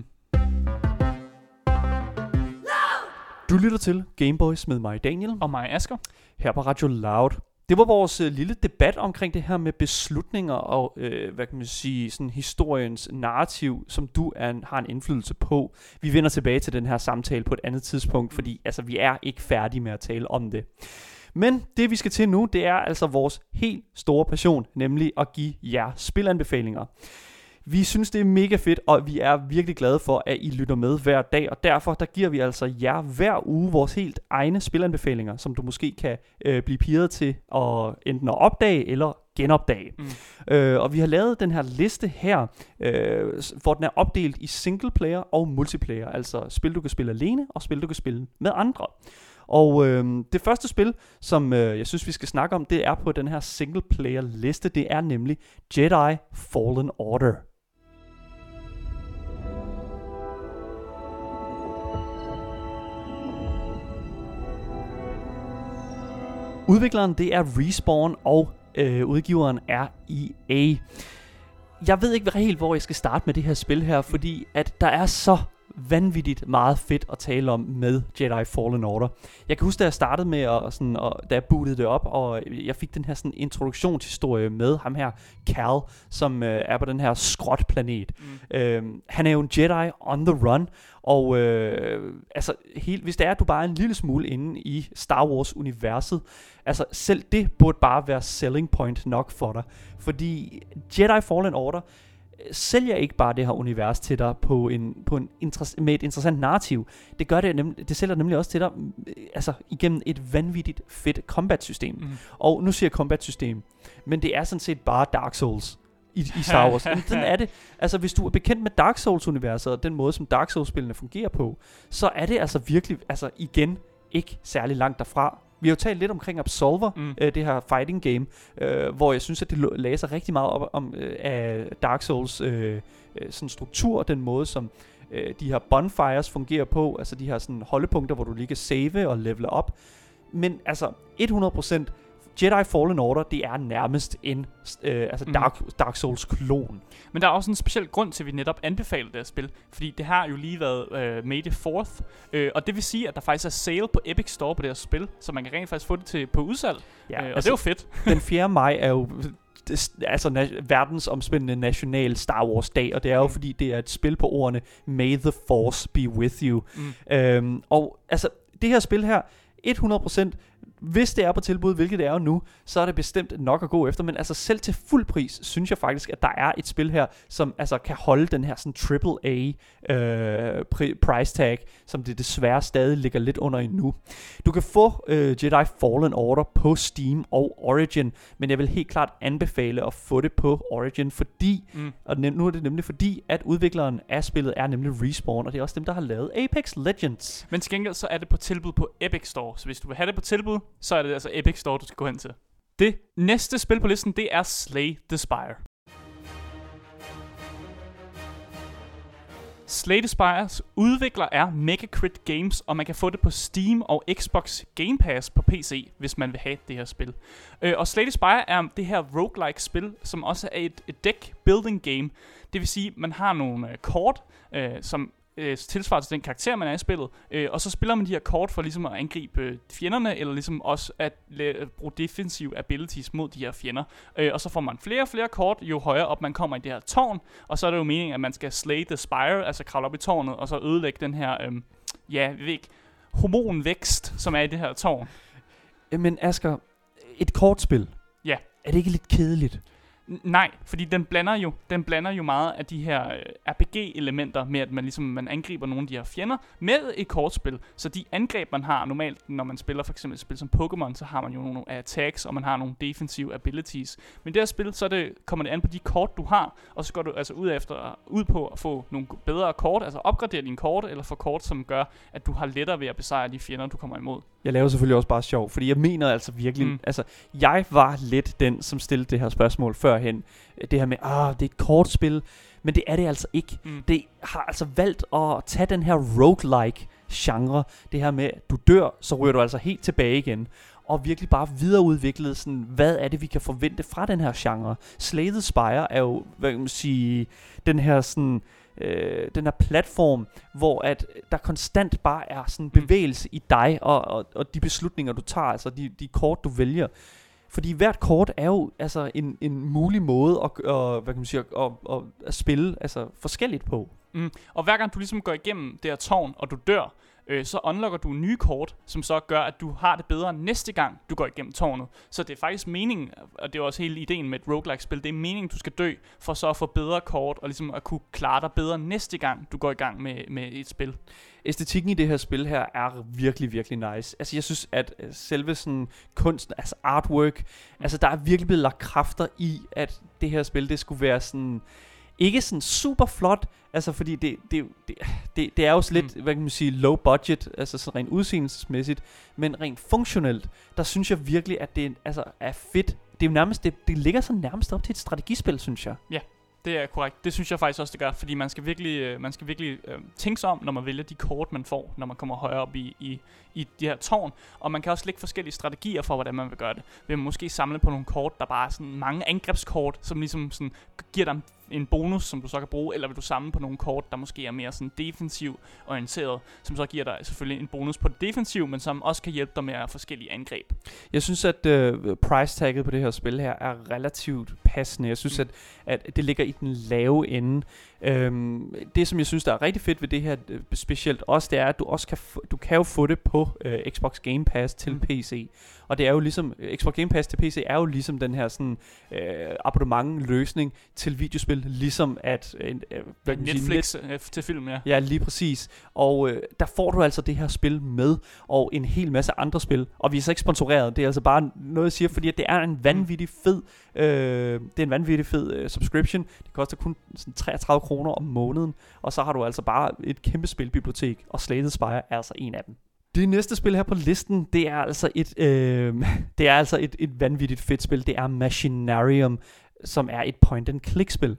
Du lytter til Gameboys med mig, Daniel. Og mig, Asger. Her på Radio Loud. Det var vores lille debat omkring det her med beslutninger og, hvad kan man sige, sådan historiens narrativ, som du har en indflydelse på. Vi vender tilbage til den her samtale på et andet tidspunkt, fordi altså, vi er ikke færdige med at tale om det. Men det vi skal til nu, det er altså vores helt store passion, nemlig at give jer spilanbefalinger. Vi synes, det er mega fedt, og vi er virkelig glade for, at I lytter med hver dag, og derfor der giver vi altså jer hver uge vores helt egne spilanbefalinger, som du måske kan blive pirret til at enten at opdage eller genopdage. Og vi har lavet den her liste her, hvor den er opdelt i single player og multiplayer, altså spil du kan spille alene og spil du kan spille med andre. Og det første spil, som jeg synes vi skal snakke om, det er på den her single player liste, det er nemlig Jedi Fallen Order. Udvikleren, det er Respawn, og udgiveren er EA. Jeg ved ikke helt, hvor jeg skal starte med det her spil her, fordi at der er så vanvittigt meget fedt at tale om med Jedi Fallen Order. Jeg kan huske, da jeg startede med da jeg bootede det op, og jeg fik den her sådan introduktionshistorie med ham her, Cal, som er på den her skrotplanet. Han er jo en Jedi on the run, og hvis det er, at du bare er en lille smule inde i Star Wars-universet, altså selv det burde bare være selling point nok for dig. Fordi Jedi Fallen Order sælger ikke bare det her univers til dig med et interessant narrativ. Det sælger nemlig også til dig igennem et vanvittigt fedt combat-system. Og nu siger jeg combat-system, men det er sådan set bare Dark Souls i Star Wars. Den er det. Altså, hvis du er bekendt med Dark Souls-universet og den måde, som Dark Souls-spillene fungerer på, så er det altså virkelig, igen, ikke særlig langt derfra. Vi har jo talt lidt omkring Absolver, det her fighting game, hvor jeg synes, at det lagde sig rigtig meget op om af Dark Souls sådan struktur, den måde, som de her bonfires fungerer på, altså de her sådan holdepunkter, hvor du lige kan save og level op. Men altså 100% Jedi Fallen Order, det er nærmest en Dark Souls-klon. Men der er også en speciel grund til, at vi netop anbefaler det her spil, fordi det har jo lige været May the 4th, og det vil sige, at der faktisk er sale på Epic Store på det her spil, så man kan rent faktisk få det på udsalg, og det er jo fedt. Den 4. maj er jo verdensomspændende national Star Wars dag, og det er jo fordi, det er et spil på ordene May the Force be with you. Og altså, det her spil her, 100%, hvis det er på tilbud, hvilket det er jo nu, så er det bestemt nok at gå efter, men altså selv til fuld pris, synes jeg faktisk, at der er et spil her, som altså kan holde den her sådan AAA price tag, som det desværre stadig ligger lidt under endnu. Du kan få Jedi Fallen Order på Steam og Origin, men jeg vil helt klart anbefale at få det på Origin, fordi, og nu er det nemlig fordi, at udvikleren af spillet er nemlig Respawn, og det er også dem, der har lavet Apex Legends. Men til gengæld så er det på tilbud på Epic Store, så hvis du vil have det på tilbud, så er det altså Epic Store, du skal gå hen til. Det næste spil på listen, det er Slay the Spire. Slay the Spires udvikler er Megacrit Games, og man kan få det på Steam og Xbox Game Pass på PC, hvis man vil have det her spil. Og Slay the Spire er det her roguelike spil, som også er et deck building game. Det vil sige, man har nogle kort, som tilsvarer til den karakter, man er i spillet, og så spiller man de her kort for ligesom at angribe fjenderne, eller ligesom også at bruge defensive abilities mod de her fjender. Og så får man flere og flere kort, jo højere op man kommer i det her tårn, og så er det jo meningen, at man skal slay the spire, altså kravle op i tårnet, og så ødelægge den her, hormonvækst, som er i det her tårn. Men Asger, et kortspil, ja. Er det ikke lidt kedeligt? Nej, fordi den blander jo meget af de her RPG-elementer med, at man angriber nogle af de her fjender med et kortspil. Så de angreb, man har normalt, når man spiller for eksempel et spil som Pokémon, så har man jo nogle attacks, og man har nogle defensive abilities. Men i det her spil, så kommer det an på de kort, du har, og så går du altså ud på at få nogle bedre kort, altså opgradere dine kort, eller få kort, som gør, at du har lettere ved at besejre de fjender, du kommer imod. Jeg laver selvfølgelig også bare sjov, fordi jeg mener altså virkelig, altså jeg var lidt den, som stillede det her spørgsmål førhen. Det her med, det er et kortspil, men det er det altså ikke. Det har altså valgt at tage den her roguelike genre, det her med, at du dør, så ryger du altså helt tilbage igen. Og virkelig bare videreudviklet sådan, hvad er det, vi kan forvente fra den her genre. Slay the Spire er jo, hvad kan man sige, den her sådan, den her platform, hvor at der konstant bare er sådan bevægelse i dig, og de beslutninger, du tager, altså de kort, du vælger. Fordi hvert kort er jo altså en mulig måde hvad kan man sige, at spille altså forskelligt på. Og hver gang du ligesom går igennem det her tårn, og du dør, så unlocker du nye kort, som så gør, at du har det bedre næste gang, du går igennem tårnet. Så det er faktisk meningen, og det er også hele ideen med et roguelike-spil, det er meningen, du skal dø, for så at få bedre kort, og ligesom at kunne klare dig bedre næste gang, du går i gang med et spil. Æstetikken i det her spil her er virkelig, virkelig nice. Altså jeg synes, at selve sådan kunsten, altså artwork, altså der er virkelig blevet lagt kræfter i, at det her spil, det skulle være sådan, ikke sådan super flot, altså fordi det er jo så lidt, hvad kan man sige, low budget, altså sådan rent udseendelsesmæssigt, men rent funktionelt, der synes jeg virkelig, at det altså er fedt. Det er jo nærmest, det ligger så nærmest op til et strategispil, synes jeg. Ja. Det er korrekt. Det synes jeg faktisk også, det gør, fordi man skal virkelig tænke sig om, når man vælger de kort, man får, når man kommer højere op i de her tårn. Og man kan også lægge forskellige strategier for, hvordan man vil gøre det. Vil man måske samle på nogle kort, der bare er sådan mange angrebskort, som ligesom sådan giver dig en bonus, som du så kan bruge, eller vil du samle på nogle kort, der måske er mere sådan defensiv orienteret, som så giver dig selvfølgelig en bonus på det defensiv, men som også kan hjælpe dig med forskellige angreb. Jeg synes, at price tagget på det her spil her er relativt passende. Jeg synes, at det ligger i den lave ende. Det, som jeg synes, der er rigtig fedt ved det her specielt også, det er, at du kan jo få det på Xbox Game Pass til PC. Og det er jo ligesom, Xbox Game Pass til PC er jo ligesom den her sådan abonnement-løsning til videospil, ligesom at Netflix til film, ja. Ja, lige præcis. Og der får du altså det her spil med, og en hel masse andre spil. Og vi er så ikke sponsoreret. Det er altså bare noget, jeg siger, fordi at det er en vanvittig fed, det er en vanvittig fed subscription. Det koster kun sådan 33 kroner om måneden, og så har du altså bare et kæmpe spilbibliotek, og Slay the Spire er altså en af dem. Det næste spil her på listen, det er altså et vanvittigt fedt spil. Det er Machinarium, som er et point-and-click-spil.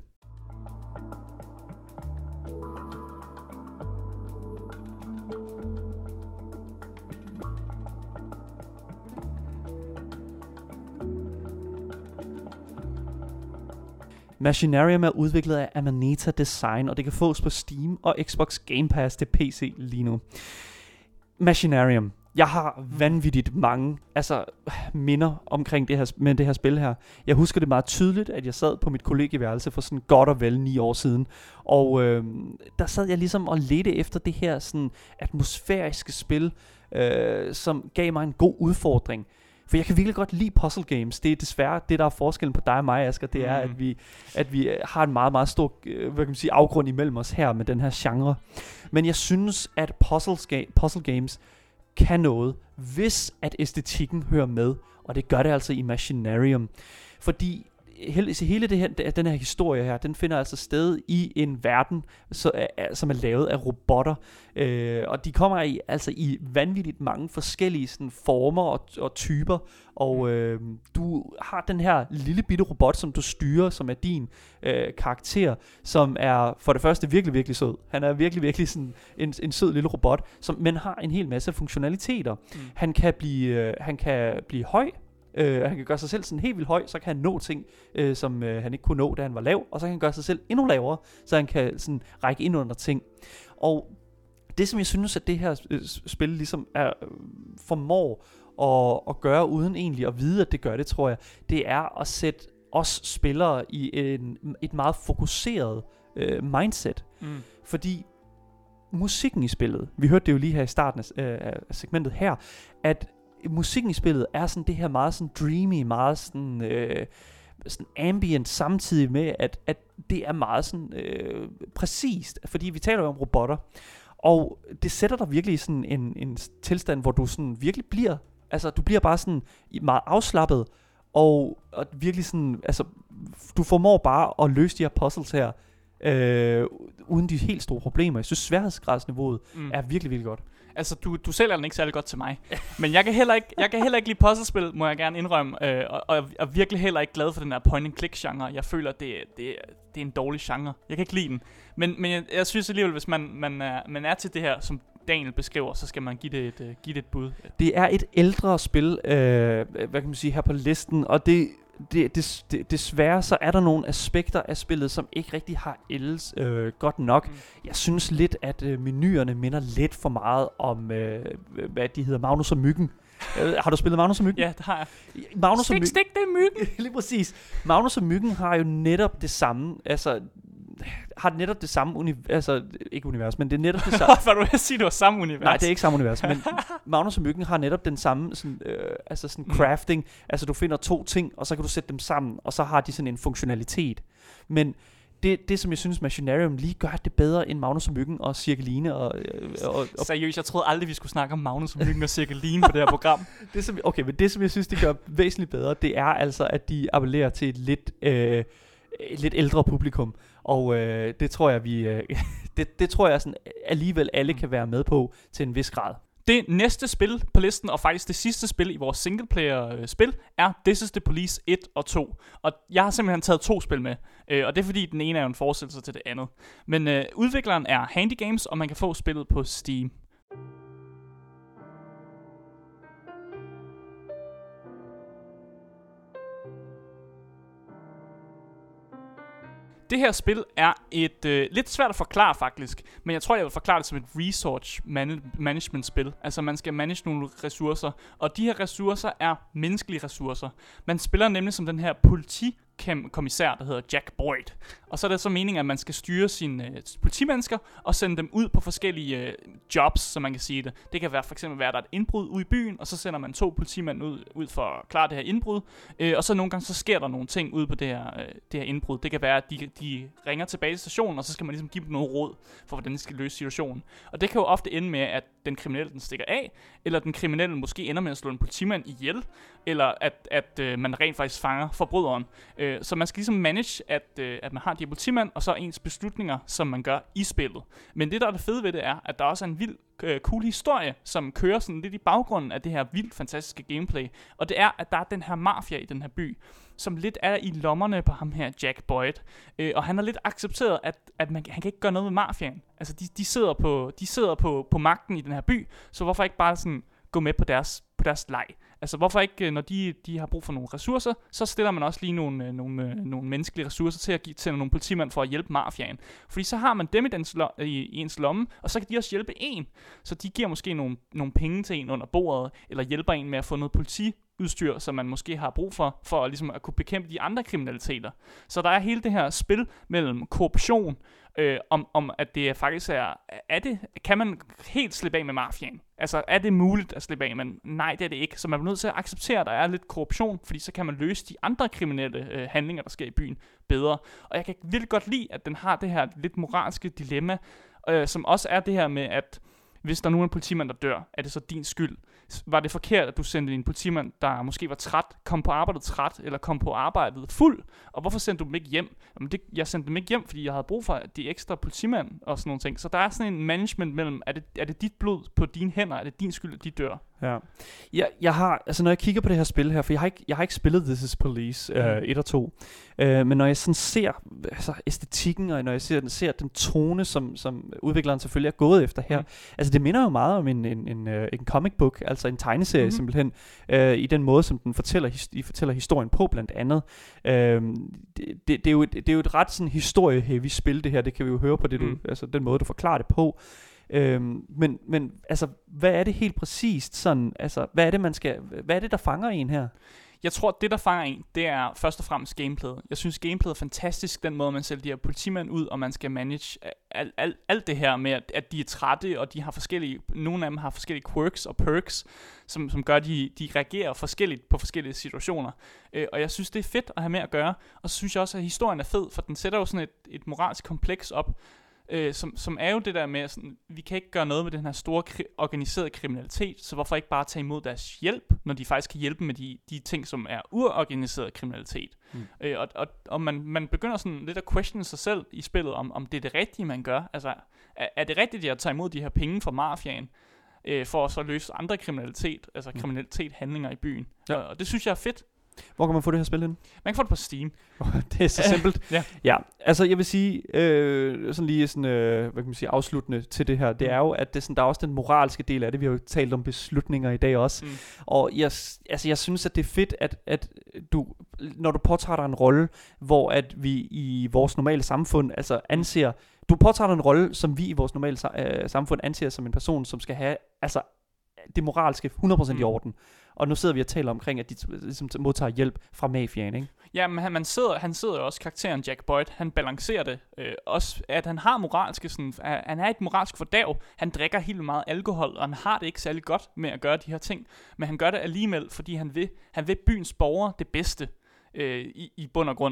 Machinarium er udviklet af Amanita Design, og det kan fås på Steam og Xbox Game Pass til PC lige nu. Machinarium. Jeg har vanvittigt mange minder omkring det her spil her. Jeg husker det meget tydeligt, at jeg sad på mit kollegieværelse for sådan godt og vel 9 år siden. Og der sad jeg ligesom og ledte efter det her sådan atmosfæriske spil, som gav mig en god udfordring. For jeg kan virkelig godt lide puzzle games. Det er desværre det, der er forskellen på dig og mig, Asger. Det er, at vi har en meget, meget stor afgrund imellem os her med den her genre. Men jeg synes, at puzzle games kan noget, hvis at æstetikken hører med. Og det gør det altså i Machinarium. Fordi hele den her historie her, den finder altså sted i en verden, som er lavet af robotter. Og de kommer i vanvittigt mange forskellige sådan, former og typer. Og du har den her lille bitte robot, som du styrer, som er din karakter, som er for det første virkelig, virkelig sød. Han er virkelig, virkelig sådan en sød lille robot, men har en hel masse funktionaliteter. Han kan blive høj. Han kan gøre sig selv sådan helt vildt høj, så kan han nå ting, som han ikke kunne nå, da han var lav, og så kan han gøre sig selv endnu lavere, så han kan sådan række ind under ting. Og det, som jeg synes, at det her spil ligesom formår at gøre, uden egentlig at vide, at det gør det, tror jeg, det er at sætte os spillere i et meget fokuseret mindset. Fordi musikken i spillet, vi hørte det jo lige her i starten af segmentet her, at musikken i spillet er sådan det her meget sådan dreamy, meget sådan sådan ambient, samtidig med, at det er meget sådan præcist, fordi vi taler jo om robotter, og det sætter dig virkelig i sådan en tilstand, hvor du sådan virkelig bliver, altså du bliver bare sådan meget afslappet, og virkelig sådan, altså du formår bare at løse de her puzzles her, uden de helt store problemer. Jeg synes sværhedsgradsniveauet er virkelig, virkelig godt. Altså, du sælger den ikke særlig godt til mig. Men jeg kan heller ikke lide puzzlespil, må jeg gerne indrømme. Og er virkelig heller ikke glad for den der point-and-click-genre. Jeg føler, det er en dårlig genre. Jeg kan ikke lide den. Men jeg synes alligevel, hvis man er til det her, som Daniel beskriver, så skal man give det et bud. Det er et ældre spil, hvad kan man sige, her på listen, og desværre så er der nogle aspekter af spillet, som ikke rigtig har ældes godt nok. Jeg synes lidt, at menuerne minder lidt for meget om, hvad de hedder, Magnus og Myggen. Har du spillet Magnus og Myggen? Ja, det har jeg. Stik, det er Myggen. Lige præcis. Magnus og Myggen har jo netop det samme, altså har netop det samme ikke univers, men det er netop det samme. For du vil sige, det var samme univers? Nej, det er ikke samme univers, men Magnus og Myggen har netop den samme sådan, crafting. Altså du finder 2 ting, og så kan du sætte dem sammen, og så har de sådan en funktionalitet. Men det som jeg synes Machinarium lige gør det bedre end Magnus og Myggen og Cirkeline og seriøst, jeg troede aldrig vi skulle snakke om Magnus og Myggen og Cirkeline på det her program. Men det som jeg synes det gør væsentligt bedre, det er altså at de appellerer til et lidt ældre publikum. Og det tror jeg det tror jeg sådan alligevel alle kan være med på til en vis grad. Det næste spil på listen, og faktisk det sidste spil i vores singleplayer-spil, er This is the Police 1 og 2. Og jeg har simpelthen taget 2 spil med, og det er fordi den ene er jo en fortsættelse til det andet. Men udvikleren er Handy Games, og man kan få spillet på Steam. Det her spil er et lidt svært at forklare faktisk, men jeg tror, jeg vil forklare det som et resource management spil. Altså man skal manage nogle ressourcer, og de her ressourcer er menneskelige ressourcer. Man spiller nemlig som den her politikommissær, der hedder Jack Boyd. Og så er det så meningen, at man skal styre sine politimennesker og sende dem ud på forskellige jobs, som man kan sige det. Det kan være for eksempel være, at der er et indbrud ude i byen, og så sender man 2 politimænd ud for at klare det her indbrud. Og så nogle gange så sker der nogle ting ude på det her indbrud. Det kan være, at de ringer tilbage til stationen, og så skal man ligesom give dem noget råd for, hvordan de skal løse situationen. Og det kan jo ofte ende med, at den kriminelle den stikker af, eller den kriminelle måske ender med at slå en politimand ihjel, eller at man rent faktisk fanger forbryderen. Så man skal ligesom manage, at man har de her politimænd, og så ens beslutninger, som man gør i spillet. Men det, der er det fede ved det, er, at der også er en vild cool historie, som kører sådan lidt i baggrunden af det her vildt fantastiske gameplay. Og det er, at der er den her mafia i den her by, som lidt er i lommerne på ham her, Jack Boyd. Og han har lidt accepteret, at han kan ikke gøre noget med mafiaen. Altså, de sidder på magten i den her by, så hvorfor ikke bare sådan gå med på deres leg? Altså, hvorfor ikke, når de har brug for nogle ressourcer, så stiller man også lige nogle menneskelige ressourcer til at give til nogle politimænd for at hjælpe mafiaen. Fordi så har man dem i ens lomme, og så kan de også hjælpe en. Så de giver måske nogle penge til en under bordet, eller hjælper en med at få noget politiudstyr, som man måske har brug for ligesom at kunne bekæmpe de andre kriminaliteter. Så der er hele det her spil mellem korruption, om at det faktisk kan man helt slippe af med mafiaen? Altså, er det muligt at slippe af? Men nej, det er det ikke. Så man er nødt til at acceptere, at der er lidt korruption, fordi så kan man løse de andre kriminelle handlinger, der sker i byen, bedre. Og jeg kan virkelig godt lide, at den har det her lidt moralske dilemma, som også er det her med, at hvis der nu er en politimand, der dør, er det så din skyld? Var det forkert, at du sendte en politimand, der måske var træt, kom på arbejdet træt, eller kom på arbejdet fuld? Og hvorfor sendte du dem ikke hjem? Jamen jeg sendte dem ikke hjem, fordi jeg havde brug for de ekstra politimænd og sådan nogle ting. Så der er sådan en management mellem, er det dit blod på dine hænder, er det din skyld, at de dør? Ja. Jeg har, altså når jeg kigger på det her spil her, for jeg har ikke spillet This is Police 1 og 2, men når jeg sådan ser æstetikken, og når jeg ser den tone, som udvikleren selvfølgelig er gået efter her, altså det minder jo meget om en comic book, altså en tegneserie simpelthen, i den måde, som den fortæller historien på, blandt andet. Det er jo et ret sådan historie-heavy spil, det her, det kan vi jo høre på det, altså den måde, du forklarer det på. Men altså, hvad er det helt præcist sådan, altså, hvad er det der fanger en her? Jeg tror, det der fanger en, det er først og fremmest gameplayet. Jeg synes, gameplayet er fantastisk, den måde, man sælger de her politimænd ud, og man skal manage alt det her med, at de er trætte, og de har nogle af dem har forskellige quirks og perks, som gør, at de reagerer forskelligt på forskellige situationer. Og jeg synes, det er fedt at have med at gøre. Og så synes jeg også, at historien er fed, for den sætter jo sådan et moralsk kompleks op, som er jo det der med, sådan, vi kan ikke gøre noget med den her store organiserede kriminalitet, så hvorfor ikke bare tage imod deres hjælp, når de faktisk kan hjælpe med de ting, som er uorganiseret kriminalitet. Og man begynder sådan lidt at question sig selv i spillet, om det er det rigtige, man gør. Altså, er det rigtigt, at tage imod de her penge fra mafiaen, for at så løse andre kriminalitet, handlinger i byen. Ja. Og det synes jeg er fedt. Hvor kan man få det her spil hen? Man kan få det på Steam. Det er så simpelt. Ja, altså jeg vil sige, sådan lige sådan, hvad kan man sige, afsluttende til det her, det er jo, at det sådan, der er også den moralske del af det. Vi har jo talt om beslutninger i dag også. Og jeg synes, at det er fedt, at du, når du påtager dig en rolle, hvor at vi i vores normale samfund, altså anser, du påtager dig en rolle, som vi i vores normale samfund anser som en person, som skal have, altså det moralske 100% i orden. Og nu sidder vi og taler omkring, at de ligesom modtager hjælp fra mafiaen, ikke? Ja, men han sidder jo også, karakteren Jack Boyd, han balancerer det. Også, at han har moralske, sådan, han er et moralsk fordav. Han drikker helt meget alkohol, og han har det ikke særlig godt med at gøre de her ting. Men han gør det alligevel, fordi han vil byens borgere det bedste i bund og grund.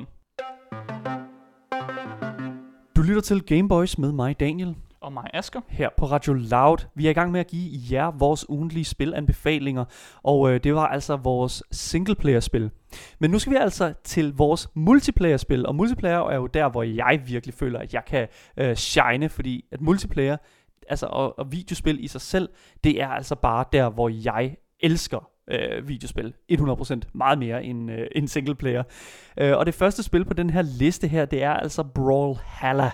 Du lytter til Gameboys med mig, Daniel. Og mig, Asger. Her på Radio Loud. Vi er i gang med at give jer vores ugentlige spilanbefalinger, og det var altså vores singleplayer-spil. Men nu skal vi altså til vores multiplayer-spil, og multiplayer er jo der, hvor jeg virkelig føler, at jeg kan shine, fordi at multiplayer, altså og videospil i sig selv, det er altså bare der, hvor jeg elsker videospil 100% meget mere end singleplayer. Og det første spil på den her liste her, det er altså Brawlhalla.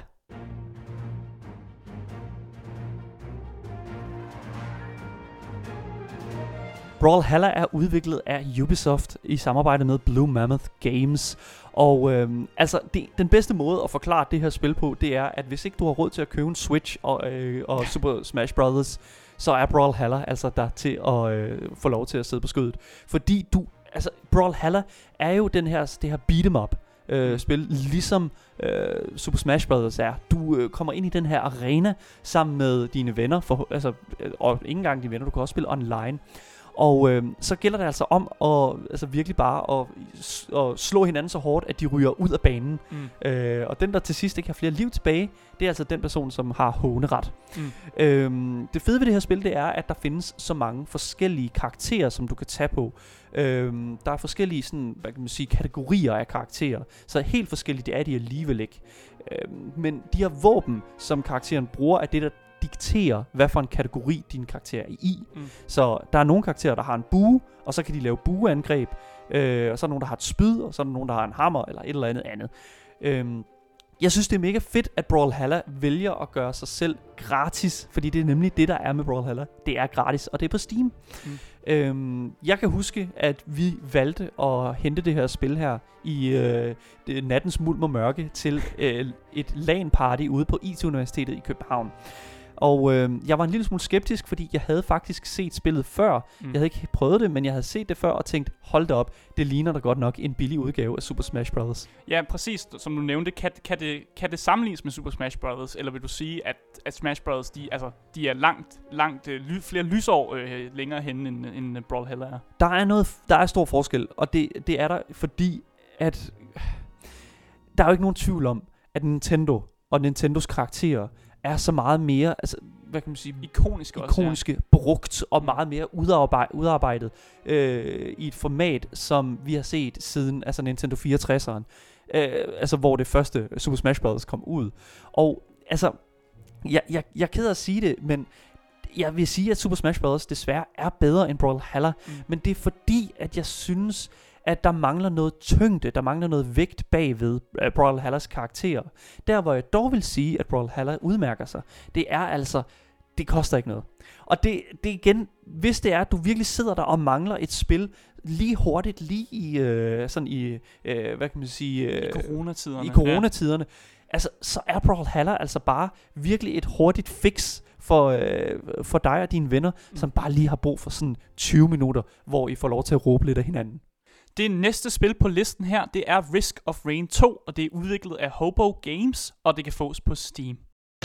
Brawlhalla er udviklet af Ubisoft i samarbejde med Blue Mammoth Games. Og altså den bedste måde at forklare det her spil på, det er, at hvis ikke du har råd til at købe en Switch og Super Smash Bros., så er Brawlhalla altså der til at få lov til at sidde på skødet. Fordi Brawlhalla er jo det her beat'em up spil, ligesom Super Smash Bros. Er. Du kommer ind i den her arena sammen med dine venner, og ikke engang dine venner, du kan også spille online. Og så gælder det altså om at virkelig bare at slå hinanden så hårdt, at de ryger ud af banen. Og den, der til sidst ikke har flere liv tilbage, det er altså den person, som har håneret. Det fede ved det her spil, det er, at der findes så mange forskellige karakterer, som du kan tage på. Der er forskellige sådan, hvad kan man sige, kategorier af karakterer. Så helt forskellige, det er de alligevel ikke. Men de her våben, som karakteren bruger, er det, der dikterer, hvad for en kategori din karakter er i. Så der er nogle karakterer, der har en bue, og så kan de lave bueangreb, og så er der nogen, der har et spyd, og så er der nogen, der har en hammer, eller et eller andet. Jeg synes, det er mega fedt, at Brawlhalla vælger at gøre sig selv gratis, fordi det er nemlig det, der er med Brawlhalla. Det er gratis, og det er på Steam. Jeg kan huske, at vi valgte at hente det her spil her i nattens mulm og mørke til et LAN-party ude på IT-universitetet i København. Og jeg var en lille smule skeptisk, fordi jeg havde faktisk set spillet før. Jeg havde ikke prøvet det, men jeg havde set det før og tænkt, hold da op, det ligner da godt nok en billig udgave af Super Smash Bros. Ja, præcis. Som du nævnte, kan det sammenlignes med Super Smash Bros., eller vil du sige, at Smash Bros., de er langt flere lysår længere henne, end Brawlhalla er? Der er stor forskel, og det er der, fordi at der er jo ikke nogen tvivl om, at Nintendo og Nintendos karakterer er så meget mere, altså, hvad kan man sige, ikoniske, brugt og meget mere udarbejdet i et format, som vi har set siden Nintendo 64'eren, hvor det første Super Smash Bros. Kom ud. Og altså, jeg er ked af at sige det, men jeg vil sige, at Super Smash Bros. Desværre er bedre end Brawlhalla, men det er fordi, at jeg synes, at der mangler noget tyngde, der mangler noget vægt bagved Brawlhallas karakterer. Der hvor jeg dog vil sige, at Brawlhalla udmærker sig, det er altså, det koster ikke noget. Og det igen, hvis det er, at du virkelig sidder der og mangler et spil lige hurtigt, lige i hvad kan man sige, i coronatiderne, altså så er Brawlhalla altså bare virkelig et hurtigt fix for dig og dine venner, som bare lige har brug for sådan 20 minutter, hvor I får lov til at råbe lidt af hinanden. Det næste spil på listen her, det er Risk of Rain 2, og det er udviklet af Hobo Games, og det kan fås på Steam.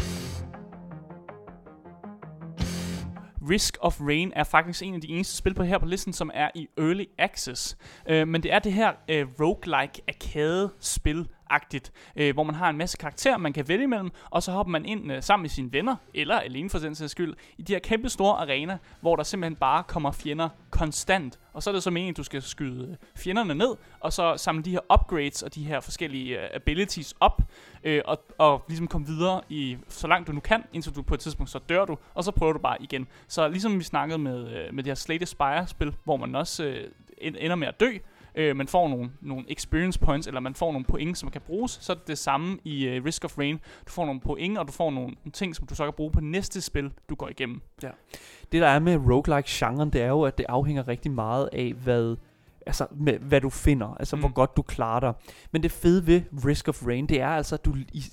Risk of Rain er faktisk en af de eneste spil her på listen, som er i Early Access. Men det er det her roguelike arcade-spil-agtigt, hvor man har en masse karakterer, man kan vælge imellem, og så hopper man ind sammen med sine venner, eller alene for den sags skyld, i de her kæmpe store arenaer, hvor der simpelthen bare kommer fjender konstant. Og så er det så meningen, at du skal skyde fjenderne ned, og så samle de her upgrades og de her forskellige abilities op, og ligesom komme videre så langt du nu kan, indtil du på et tidspunkt så dør du, og så prøver du bare igen. Så ligesom vi snakkede med det her Slay the Spire-spil, hvor man også ender med at dø, man får nogle experience points, eller man får nogle point, som kan bruges, så er det samme i Risk of Rain. Du får nogle point, og du får nogle ting, som du så kan bruge på næste spil, du går igennem. Ja. Det der er med roguelike-genren, det er jo, at det afhænger rigtig meget af, hvad du finder, altså hvor godt du klarer dig. Men det fede ved Risk of Rain, det er altså, at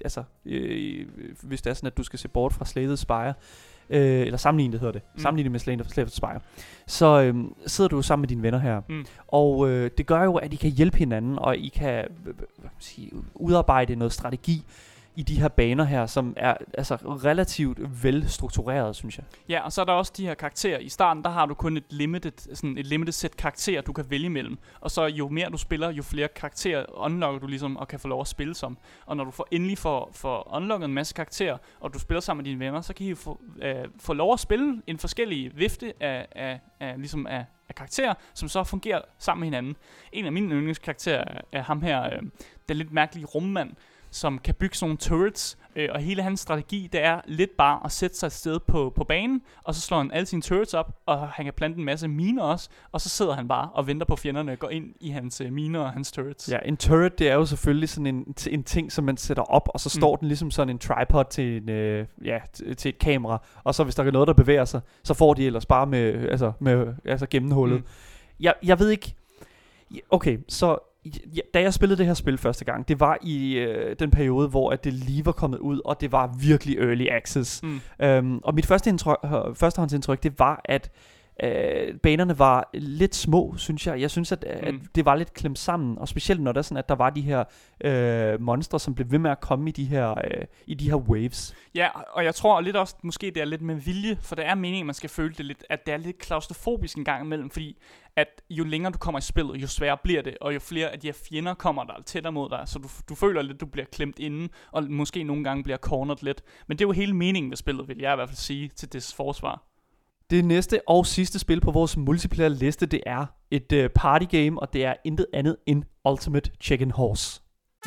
hvis det er sådan, at du skal se bort fra Slay the Spire, eller sammenlignet hedder det, sammenlignet med Slay the Spire, så sidder du sammen med dine venner her, og det gør jo, at I kan hjælpe hinanden, og I kan udarbejde noget strategi i de her baner her, som er altså relativt velstruktureret, synes jeg. Ja, og så er der også de her karakterer. I starten, der har du kun et limited set karakterer, du kan vælge imellem. Og så jo mere du spiller, jo flere karakterer unlocker du ligesom, og kan få lov at spille som. Og når du endelig får unlocket en masse karakterer, og du spiller sammen med dine venner, så kan I få lov at spille en forskellig vifte af karakterer, som så fungerer sammen med hinanden. En af mine yndlingskarakterer er ham her, den lidt mærkelige rummand, som kan bygge sådan nogle turrets, og hele hans strategi, det er lidt bare at sætte sig et sted på banen, og så slår han alle sine turrets op, og han kan plante en masse miner også, og så sidder han bare og venter på fjenderne og går ind i hans miner og hans turrets. Ja, en turret, det er jo selvfølgelig sådan en ting, som man sætter op, og så står den ligesom sådan en tripod til et kamera, og så hvis der er noget, der bevæger sig, så får de ellers bare med gennemhullet. Jeg ved ikke. Okay, så da jeg spillede det her spil første gang, det var i den periode, hvor at det lige var kommet ud, og det var virkelig early access. Og mit førstehåndsindtryk, det var, at banerne var lidt små, synes jeg. Jeg synes, at det var lidt klemt sammen, og specielt når der var de her monstre, som blev ved med at komme i de her waves. Ja, og jeg tror lidt også, måske det er lidt med vilje, for det er meningen, man skal føle det lidt, at det er lidt klaustrofobisk en gang imellem, fordi at jo længere du kommer i spillet, jo sværere bliver det, og jo flere af de her fjender kommer der tættere mod dig, så du føler lidt, du bliver klemt inden, og måske nogle gange bliver cornered lidt. Men det er jo hele meningen med spillet, vil jeg i hvert fald sige til dets forsvar. Det næste og sidste spil på vores multiplayer liste, det er et party game, og det er intet andet end Ultimate Chicken Horse.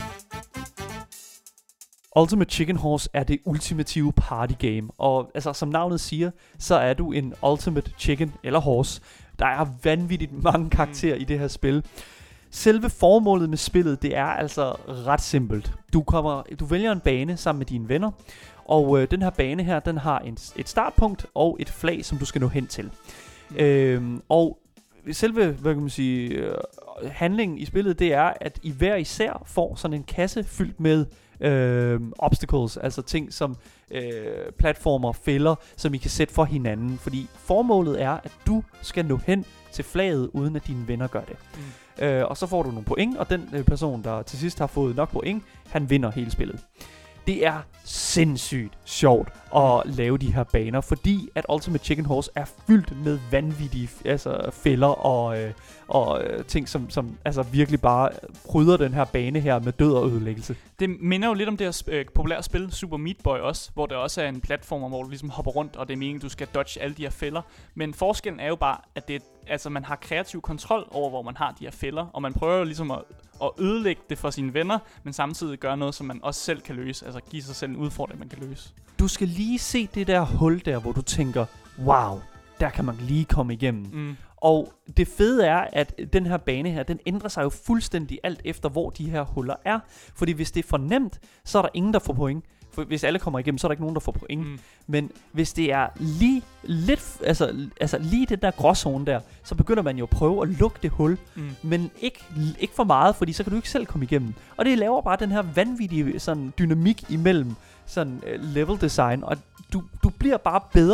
Ultimate Chicken Horse er det ultimative party game, og altså som navnet siger, så er du en Ultimate Chicken eller Horse. Der er vanvittigt mange karakterer i det her spil. Selve formålet med spillet, det er altså ret simpelt. Du vælger en bane sammen med dine venner, og den her bane her, den har et startpunkt og et flag, som du skal nå hen til. Og selve, handlingen i spillet, det er, at I hver især får sådan en kasse fyldt med obstacles, altså ting som platformer, fælder, som I kan sætte for hinanden. Fordi formålet er, at du skal nå hen til flaget, uden at dine venner gør det. Og så får du nogle point, og den person, der til sidst har fået nok point, han vinder hele spillet. Det er sindssygt sjovt at lave de her baner, fordi at Ultimate Chicken Horse er fyldt med vanvittige fælder og ting, som virkelig bare krydder den her bane her med død og ødelæggelse. Det minder jo lidt om det her populære spil Super Meat Boy også, hvor det også er en platform, hvor du ligesom hopper rundt, og det er meningen, du skal dodge alle de her fælder. Men forskellen er jo bare, at man har kreativ kontrol over, hvor man har de her fælder, og man prøver jo ligesom at ødelægge det for sine venner, men samtidig gøre noget, som man også selv kan løse. Altså give sig selv en udfordring, man kan løse. Du skal lige se det der hul der, hvor du tænker, wow, der kan man lige komme igennem. Og det fede er, at den her bane her, den ændrer sig jo fuldstændig alt efter, hvor de her huller er. Fordi hvis det er for nemt, så er der ingen, der får point. For hvis alle kommer igennem, så er der ikke nogen, der får point. Men hvis det er lige lidt, lige det der gråzone der, så begynder man jo at prøve at lukke det hul. Men ikke for meget, fordi så kan du ikke selv komme igennem. Og det laver bare den her vanvittige sådan dynamik imellem sådan level design, og du bliver bare bedre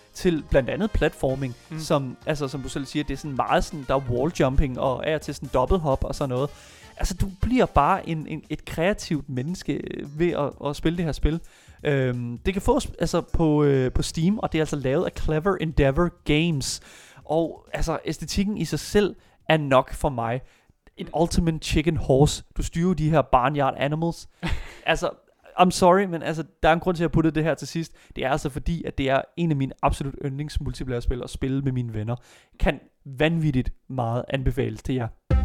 til blandt andet platforming, som du selv siger, det er sådan meget sådan, der er walljumping og er til sådan dobbelthop og sådan noget. Altså, du bliver bare et kreativt menneske ved at spille det her spil. Det kan fås på Steam, og det er altså lavet af Clever Endeavor Games. Og altså, æstetikken i sig selv er nok for mig. En ultimate chicken horse. Du styrer de her barnyard animals. Altså, I'm sorry, men altså, der er en grund til at putte det her til sidst. Det er altså fordi, at det er en af mine absolut yndlings multiplayer-spil at spille med mine venner. Kan vanvittigt meget anbefales til jer.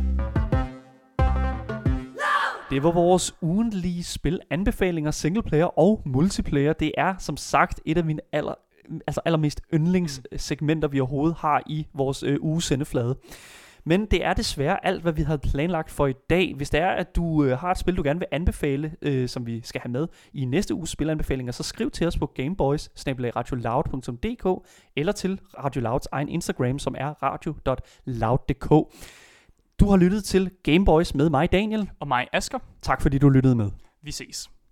Det var vores ugentlige spilanbefalinger, singleplayer og multiplayer. Det er som sagt et af mine allermest yndlingssegmenter, vi overhovedet har i vores ugesendeflade. Men det er desværre alt, hvad vi havde planlagt for i dag. Hvis det er, at du har et spil, du gerne vil anbefale, som vi skal have med i næste uges spilanbefalinger, så skriv til os på gameboys@radioloud.dk eller til Radio Louds egen Instagram, som er radio.loud.dk. Du har lyttet til Gameboys med mig, Daniel. Og mig, Asger. Tak fordi du lyttede med. Vi ses.